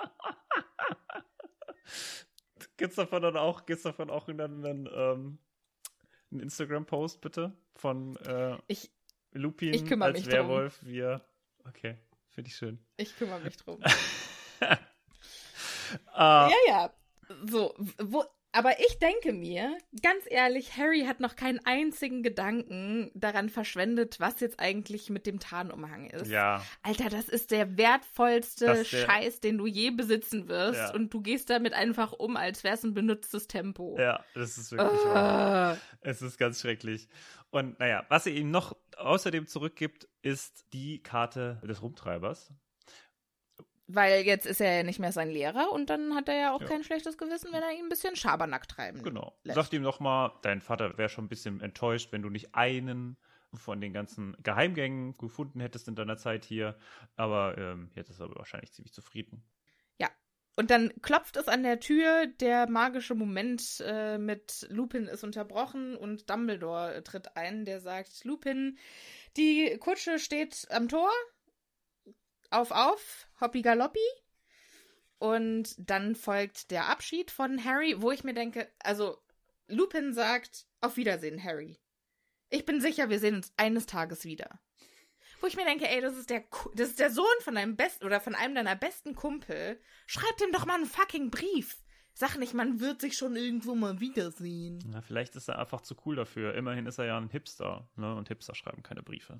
Gibt's davon auch einen Instagram-Post, bitte? Von Lupin als Werwolf. Okay, finde ich schön. Ich kümmere mich drum. Ja. So, aber ich denke mir, ganz ehrlich, Harry hat noch keinen einzigen Gedanken daran verschwendet, was jetzt eigentlich mit dem Tarnumhang ist. Ja. Alter, das ist der wertvollste Scheiß, den du je besitzen wirst. Ja. Und du gehst damit einfach um, als wäre es ein benutztes Tempo. Ja, das ist wirklich wahr. Es ist ganz schrecklich. Und naja, was er ihm noch außerdem zurückgibt, ist die Karte des Rumtreibers. Weil jetzt ist er ja nicht mehr sein Lehrer und dann hat er ja auch kein schlechtes Gewissen, wenn er ihn ein bisschen Schabernack treiben lässt. Sagt ihm nochmal, dein Vater wäre schon ein bisschen enttäuscht, wenn du nicht einen von den ganzen Geheimgängen gefunden hättest in deiner Zeit hier. Aber jetzt ist er wahrscheinlich ziemlich zufrieden. Ja, und dann klopft es an der Tür, der magische Moment mit Lupin ist unterbrochen und Dumbledore tritt ein, der sagt, Lupin, die Kutsche steht am Tor. Auf, hoppi galoppi. Und dann folgt der Abschied von Harry, wo ich mir denke, also Lupin sagt, auf Wiedersehen, Harry. Ich bin sicher, wir sehen uns eines Tages wieder. Wo ich mir denke, ey, das ist der Sohn von deinem besten oder von einem deiner besten Kumpel. Schreib dem doch mal einen fucking Brief. Sag nicht, man wird sich schon irgendwo mal wiedersehen. Na, vielleicht ist er einfach zu cool dafür. Immerhin ist er ja ein Hipster, ne? Und Hipster schreiben keine Briefe.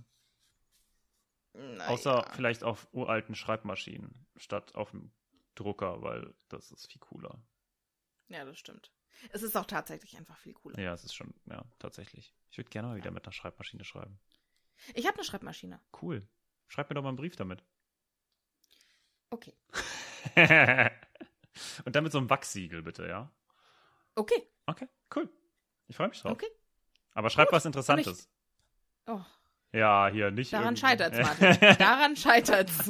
Außer vielleicht auf uralten Schreibmaschinen statt auf dem Drucker, weil das ist viel cooler. Ja, das stimmt. Es ist auch tatsächlich einfach viel cooler. Ja, es ist schon, ja, tatsächlich. Ich würde gerne mal wieder mit einer Schreibmaschine schreiben. Ich habe eine Schreibmaschine. Cool. Schreib mir doch mal einen Brief damit. Okay. Und dann mit so einem Wachssiegel, bitte, ja? Okay. Okay, cool. Ich freue mich drauf. Okay. Aber schreib was Interessantes. Oh. Ja, hier nicht. Daran scheitert's, Martin. Daran scheitert's.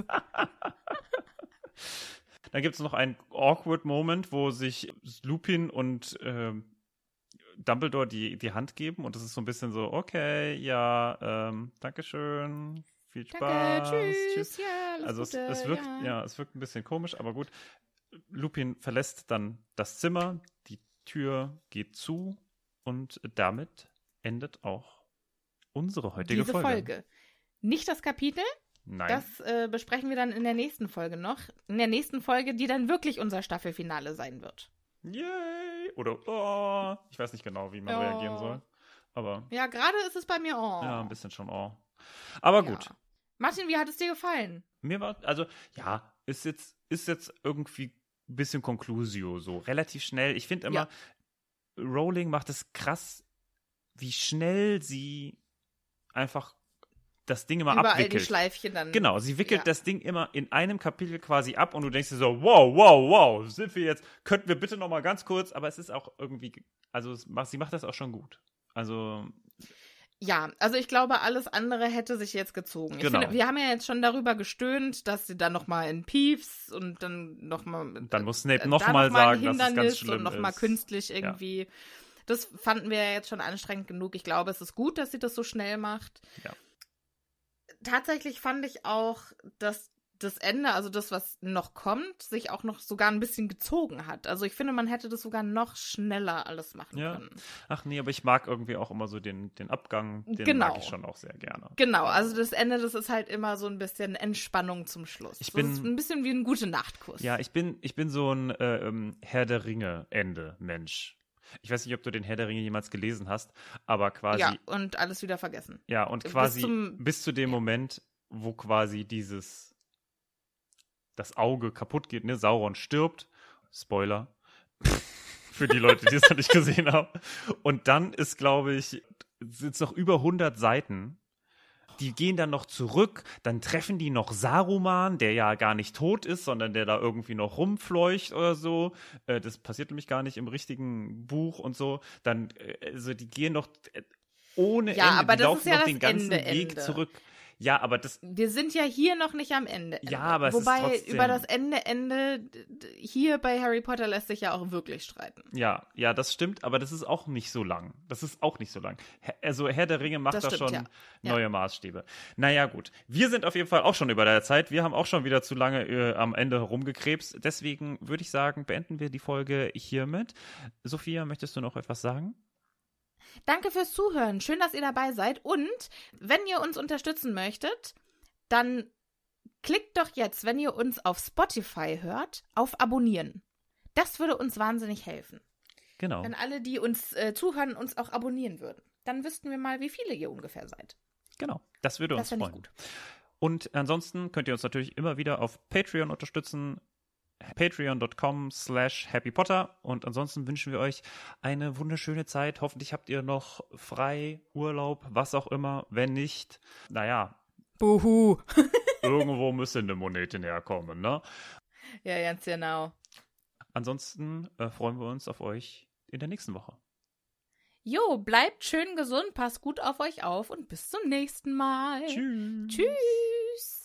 Dann gibt es noch einen awkward Moment, wo sich Lupin und Dumbledore die Hand geben und das ist so ein bisschen so, okay, ja, Dankeschön, viel Spaß. Danke, tschüss. Ja, alles also Gute, es wirkt ein bisschen komisch, aber gut. Lupin verlässt dann das Zimmer, die Tür geht zu und damit endet auch unsere heutige Folge. Nicht das Kapitel. Nein. Das besprechen wir dann in der nächsten Folge noch. In der nächsten Folge, die dann wirklich unser Staffelfinale sein wird. Yay! Oder ich weiß nicht genau, wie man reagieren soll. Aber ja, gerade ist es bei mir ja, ein bisschen schon Aber gut. Martin, wie hat es dir gefallen? Mir war, also, ja, ist jetzt irgendwie ein bisschen Conclusio, so relativ schnell. Ich finde immer, Rowling macht es krass, wie schnell sie einfach das Ding immer Überall abwickelt. Die Schleifchen dann. Genau, sie wickelt das Ding immer in einem Kapitel quasi ab und du denkst dir so, wow, könnten wir bitte noch mal ganz kurz, aber es ist auch irgendwie, also sie macht das auch schon gut. Also ja, also ich glaube, alles andere hätte sich jetzt gezogen. Genau. Ich finde, wir haben ja jetzt schon darüber gestöhnt, dass sie dann noch mal in Peeves und dann noch mal dann muss Snape noch mal sagen, dass es ganz schlimm und noch mal künstlich irgendwie. Ja. Das fanden wir ja jetzt schon anstrengend genug. Ich glaube, es ist gut, dass sie das so schnell macht. Ja. Tatsächlich fand ich auch, dass das Ende, also das, was noch kommt, sich auch noch sogar ein bisschen gezogen hat. Also ich finde, man hätte das sogar noch schneller alles machen können. Ach nee, aber ich mag irgendwie auch immer so den Abgang, den mag ich schon auch sehr gerne. Genau, also das Ende, das ist halt immer so ein bisschen Entspannung zum Schluss. Das ist ein bisschen wie ein Gute-Nacht-Kuss. Ja, ich bin so ein Herr der Ringe-Ende-Mensch. Ich weiß nicht, ob du den Herr der Ringe jemals gelesen hast, aber quasi... Ja, und alles wieder vergessen. Ja, und quasi bis zu dem Moment, wo quasi das Auge kaputt geht, ne? Sauron stirbt. Spoiler. Für die Leute, die es noch nicht gesehen haben. Und dann ist, glaube ich, sind es noch über 100 Seiten. Die gehen dann noch zurück, dann treffen die noch Saruman, der ja gar nicht tot ist, sondern der da irgendwie noch rumfleucht oder so. Das passiert nämlich gar nicht im richtigen Buch und so. Dann, also die gehen noch ohne Ende, aber die das laufen ist ja noch das den ganzen Ende. Weg zurück. Ja, aber das... Wir sind ja hier noch nicht am Ende. Ja, aber es Wobei, ist trotzdem... über das Ende hier bei Harry Potter lässt sich ja auch wirklich streiten. Ja, das stimmt, aber das ist auch nicht so lang. Also Herr der Ringe macht da schon neue Maßstäbe. Naja, gut. Wir sind auf jeden Fall auch schon über der Zeit. Wir haben auch schon wieder zu lange am Ende herumgekrebst. Deswegen würde ich sagen, beenden wir die Folge hiermit. Sophia, möchtest du noch etwas sagen? Danke fürs Zuhören. Schön, dass ihr dabei seid. Und wenn ihr uns unterstützen möchtet, dann klickt doch jetzt, wenn ihr uns auf Spotify hört, auf Abonnieren. Das würde uns wahnsinnig helfen. Genau. Wenn alle, die uns zuhören, uns auch abonnieren würden. Dann wüssten wir mal, wie viele ihr ungefähr seid. Genau, das würde uns freuen. Gut. Und ansonsten könnt ihr uns natürlich immer wieder auf Patreon unterstützen. patreon.com/happypotter und ansonsten wünschen wir euch eine wunderschöne Zeit. Hoffentlich habt ihr noch frei, Urlaub, was auch immer. Wenn nicht, naja. Buhu. Irgendwo müsste eine Monete herkommen, ne? Ja, ganz genau. Ansonsten freuen wir uns auf euch in der nächsten Woche. Jo, bleibt schön gesund, passt gut auf euch auf und bis zum nächsten Mal. Tschüss. Tschüss.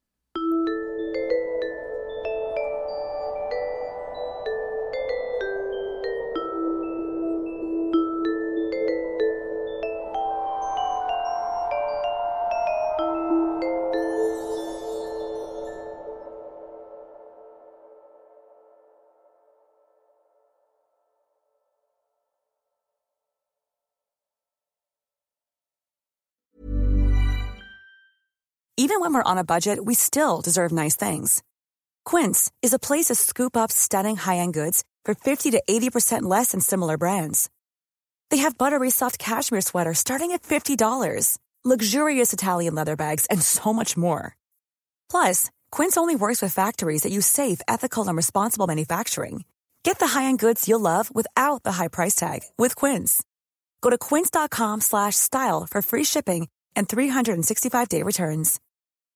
Even when we're on a budget, we still deserve nice things. Quince is a place to scoop up stunning high-end goods for 50 to 80% less than similar brands. They have buttery soft cashmere sweaters starting at $50, luxurious Italian leather bags, and so much more. Plus, Quince only works with factories that use safe, ethical, and responsible manufacturing. Get the high-end goods you'll love without the high price tag with Quince. Go to quince.com/style for free shipping and 365-day returns.